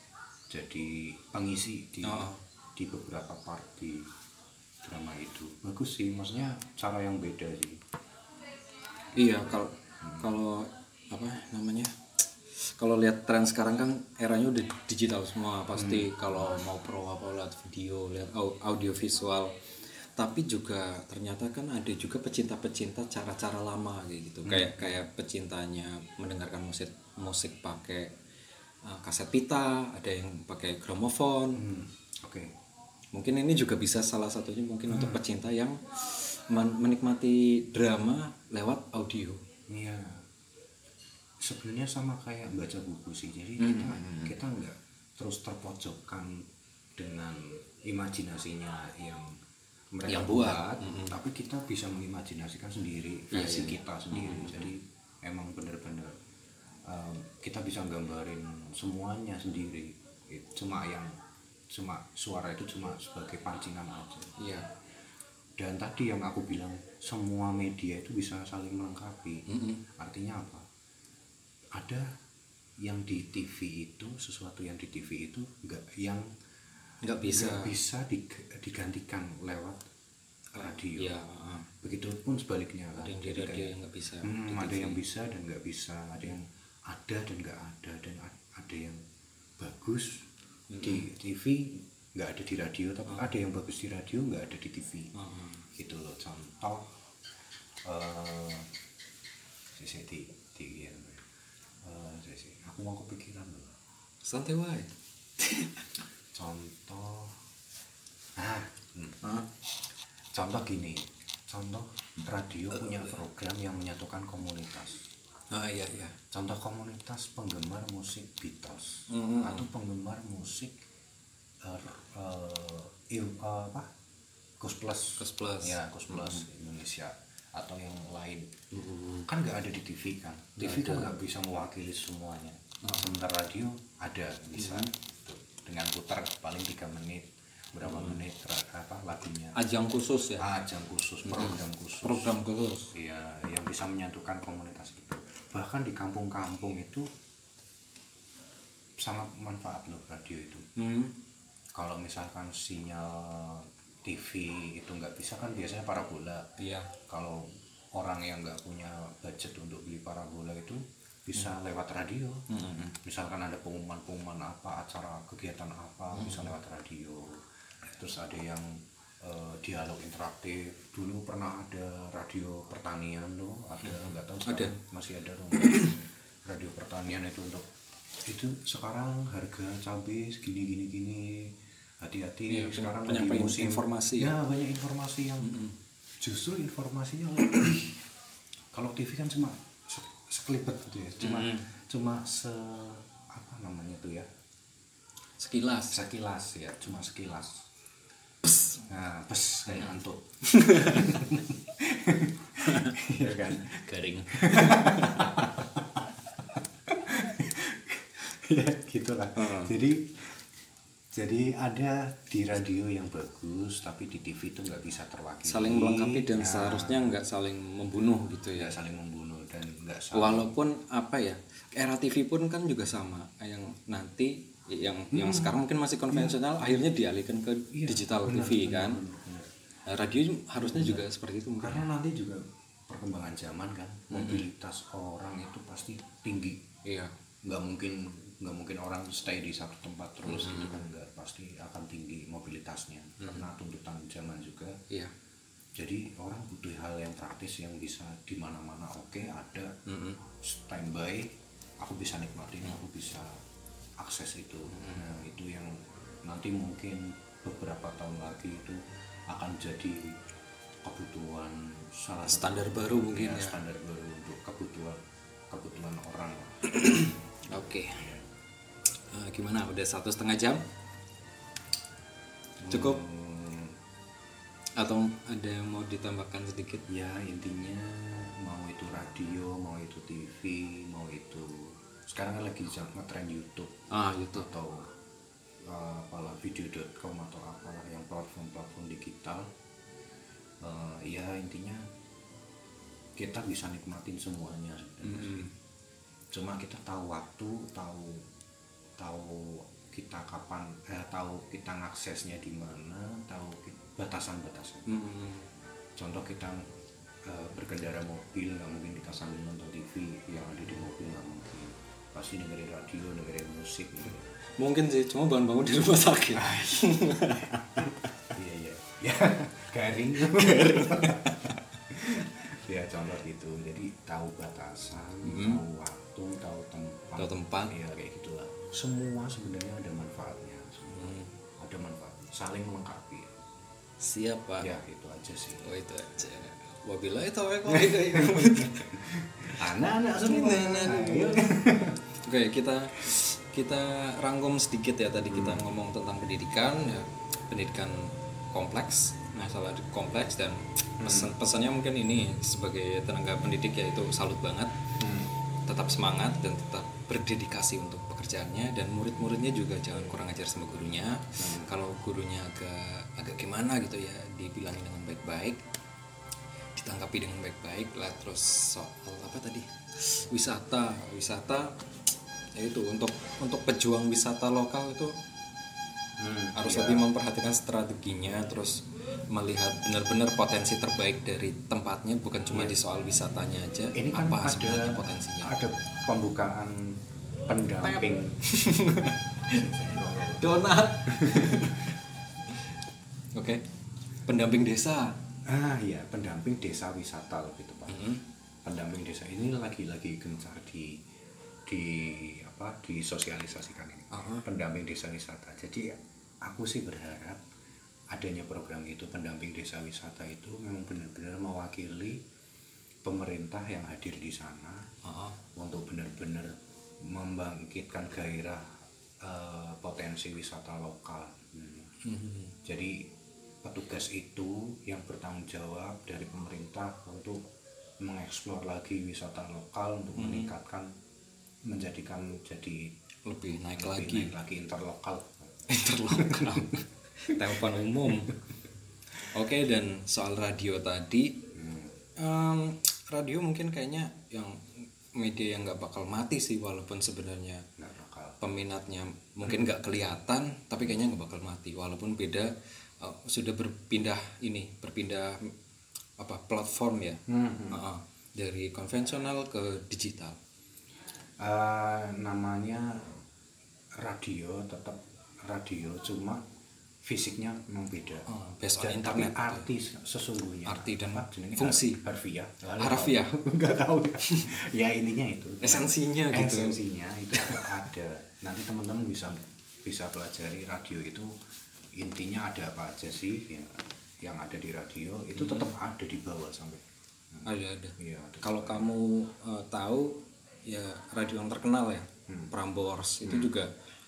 pengisi di beberapa part di drama itu. Bagus sih, maksudnya cara yang beda sih. Iya, kalau apa namanya, kalau lihat tren sekarang kan eranya udah digital semua pasti. Kalau mau pro apa lihat video, lihat audio visual, tapi juga ternyata kan ada juga pecinta-pecinta cara-cara lama gitu. Kayak pecintanya mendengarkan musik pakai kaset pita, ada yang pakai gramofon. Oke. Mungkin ini juga bisa salah satunya mungkin untuk pecinta yang menikmati drama lewat audio. Iya. Sebenarnya sama kayak baca buku sih. Jadi kita nggak terus terpojokkan dengan imajinasinya yang mereka buat, tapi kita bisa mengimajinasikan sendiri versi kita sendiri. Jadi emang benar-benar kita bisa gambarin semuanya sendiri. Cuma suara itu cuma sebagai pancingan aja. Iya. Dan tadi yang aku bilang semua media itu bisa saling melengkapi. Artinya apa? Ada yang di TV itu, sesuatu yang di TV itu nggak bisa digantikan lewat radio. Ya, Begitupun sebaliknya kan. Ada yang di radio yang nggak bisa. Ada yang bisa dan nggak bisa. Ada yang ada dan nggak ada, dan ada yang bagus di TV nggak ada di radio, tapi ada yang bagus di radio nggak ada di TV. Gitu loh. Contoh aku mau kepikiran loh. Santai wae. Contoh contoh gini, contoh radio punya program yang menyatukan komunitas. Iya. Contoh komunitas penggemar musik Beatles atau penggemar musik Gus Plus ya, Gus Plus Indonesia atau yang lain. Kan nggak ada di TV kan. TV kan nggak bisa mewakili semuanya. Sementara radio ada, bisa dengan putar paling 3 menit, berapa menit lagunya. Ajang khusus ya. Ajang khusus, Program khusus. Iya, yang bisa menyatukan komunitas itu. Bahkan di kampung-kampung itu sangat manfaat loh radio itu. Kalau misalkan sinyal TV itu nggak bisa kan biasanya parabola. Iya. Kalau orang yang nggak punya budget untuk beli parabola itu bisa lewat radio. Misalkan ada pengumuman apa, acara kegiatan apa, bisa lewat radio. Terus ada yang dialog interaktif. Dulu pernah ada radio pertanian tuh, nggak tahu sekarang masih ada tuh. Radio pertanian itu sekarang harga cabai segini, hati-hati. Sekarang banyak informasi ya, banyak informasi yang justru informasinya lebih. Kalau TV kan cuma sekelibet gitu ya, cuma apa namanya tuh ya, sekilas ya, cuma sekilas. Nah, kayak antuk. Iya kan, garing. Ya gitulah. Jadi ada di radio yang bagus, tapi di TV itu nggak bisa terwakili. Saling melengkapi dan seharusnya nggak saling membunuh gitu ya. Nggak saling membunuh dan nggak saling. Walaupun apa ya, era TV pun kan juga sama. Yang nanti yang sekarang mungkin masih konvensional, akhirnya dialihkan ke digital TV kan. Radio harusnya juga seperti itu. Karena nanti juga perkembangan zaman kan, mobilitas orang itu pasti tinggi. Iya. Nggak mungkin orang stay di satu tempat terus gitu kan, nggak, pasti akan tinggi mobilitasnya karena tuntutan zaman juga. Iya. Jadi orang butuh hal yang praktis yang bisa di mana-mana. Oke, ada standby, aku bisa nikmatin, aku bisa akses itu. Nah, itu yang nanti mungkin beberapa tahun lagi itu akan jadi kebutuhan, salah standar baru mungkin ya. Standar baru untuk kebutuhan orang. Oke. Gimana? Udah 1,5 jam? Cukup? Atau ada yang mau ditambahkan sedikit? Ya intinya mau itu radio, mau itu TV, mau itu sekarang kan lagi ngetren YouTube. YouTube atau apalah video.com atau apalah yang platform digital. Ya intinya kita bisa nikmatin semuanya sebenarnya. Cuma kita tahu waktu, tahu kita kapan, tahu kita ngaksesnya di mana, tahu batasan-batasan. Contoh kita berkendara mobil, nggak mungkin kita sambil nonton TV yang ada di mobil, nggak mungkin. Pasti dengerin radio, dengerin musik gitu. Mungkin sih, cuma bangun-bangun di rumah sakit. Iya ya, garing. Ya contoh gitu, jadi tahu batasan, tahu waktu, tahu tempat, ya kayak gitulah. Semua sebenarnya ada manfaatnya, ada manfaat, saling melengkapi. Siap Pak. Ya itu aja sih. Oh itu aja. Wabillahi taufiq wal hidayah. Anak-anak semua. Ayo. Oke, kita rangkum sedikit ya. Tadi kita ngomong tentang pendidikan ya, pendidikan kompleks, masalah kompleks, dan pesannya mungkin ini sebagai tenaga pendidik yaitu salut banget, tetap semangat dan tetap berdedikasi untuk pekerjaannya, dan murid-muridnya juga jangan kurang ajar sama gurunya. Kalau gurunya agak gimana gitu ya, dibilangin dengan baik-baik, ditanggapi dengan baik-baik lah. Terus soal apa tadi, wisata ya itu untuk pejuang wisata lokal itu harus lebih memperhatikan strateginya, terus melihat benar-benar potensi terbaik dari tempatnya, bukan cuma di soal wisatanya aja. Ini kan apa ada sebenarnya potensinya, ada pembukaan pendamping donat. Oke. Pendamping desa. Iya, pendamping desa wisata lebih tepat. Pendamping desa ini lagi gencar disosialisasikan ini. Pendamping desa wisata. Jadi aku sih berharap adanya program itu, pendamping desa wisata itu memang benar-benar mewakili pemerintah yang hadir di sana untuk benar-benar membangkitkan gairah potensi wisata lokal. Jadi petugas itu yang bertanggung jawab dari pemerintah untuk mengeksplor lagi wisata lokal, untuk meningkatkan, menjadikan jadi lebih naik lagi interlokal. Telepon umum. Oke, dan soal radio tadi, radio mungkin kayaknya yang media yang nggak bakal mati sih, walaupun sebenarnya peminatnya mungkin nggak kelihatan, tapi kayaknya nggak bakal mati walaupun beda. Sudah berpindah platform ya, dari konvensional ke digital. Namanya radio, tetap radio, cuma fisiknya memang beda. Based on internet. Arti sesungguhnya. Arti dan fungsi. Harfiah. Nggak tahu. Ya intinya itu. Esensinya gitu. Esensinya itu ada. Nanti teman-teman bisa pelajari radio itu. Intinya ada apa aja sih yang ada di radio itu tetap ada di bawah sampai ada. Ya, kalau kamu tahu ya, radio yang terkenal ya, Prambors itu juga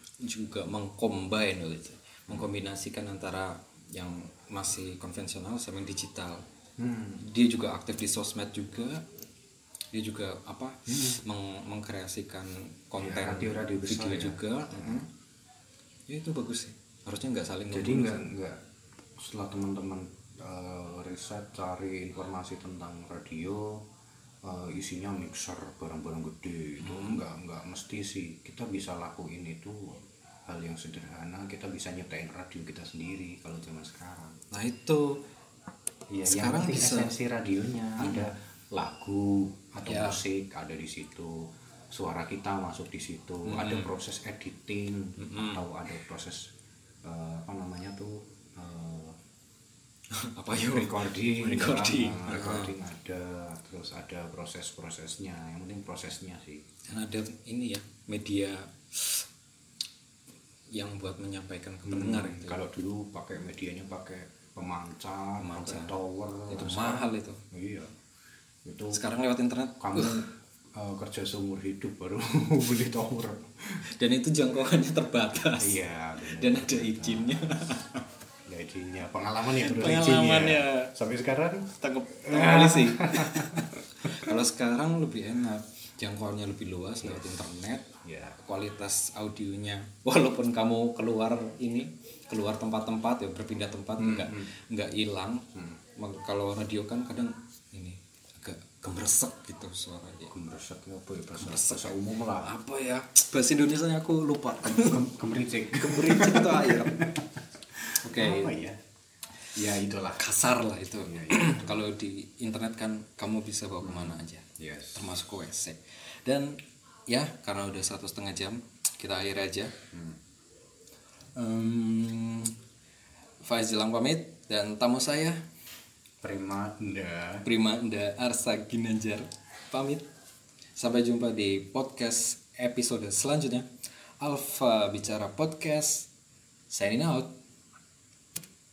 mengkombinasikan antara yang masih konvensional sama yang digital. Dia juga aktif di sosmed juga, dia juga mengkreasikan konten radio video ya. juga. Ya itu bagus sih. Harusnya nggak saling jadi nggak setelah teman-teman riset cari informasi tentang radio, isinya mixer barang-barang gede itu nggak mesti sih. Kita bisa lakuin itu hal yang sederhana, kita bisa nyetain radio kita sendiri kalau zaman sekarang. Nah itu ya, sekarang yang bisa esensi radionya ada lagu atau musik ada di situ, suara kita masuk di situ, ada proses editing atau ada proses recording ada, terus ada prosesnya, yang penting prosesnya sih. Dan ada ini ya, media yang buat menyampaikan ke pendengar gitu. Kalau dulu pakai medianya pakai pemancar, pakai tower, itu mahal itu. Iya. Itu sekarang lewat internet kamu kerja seumur hidup baru beli tower. Dan itu jangkauannya terbatas. Iya. Dan ada izinnya. Ya izinnya, pengalaman ya terus Pengalaman izinnya. ya. Sampai sekarang Tangkap polisi. Kalau sekarang lebih enak, jangkauannya lebih luas lewat internet. ya Kualitas audionya, walaupun kamu keluar tempat-tempat ya, berpindah tempat nggak hilang. Kalau radio kan kadang ini agak gemresek gitu suaranya. Gemresek apa ya, bahasa umum lah. Apa ya bahasa Indonesianya aku lupa. Gemericik. Gemericik itu air. Oke. Apa ya? Ya itulah. Kasar lah itu. Kalau di internet kan kamu bisa bawa kemana aja. Yes. Termasuk ke WC. Dan ya karena udah 1,5 jam, kita akhiri aja. Faiz Jelang pamit dan tamu saya Prima Enda Arsa Ginanjar pamit. Sampai jumpa di podcast episode selanjutnya. Alfa Bicara Podcast signing out.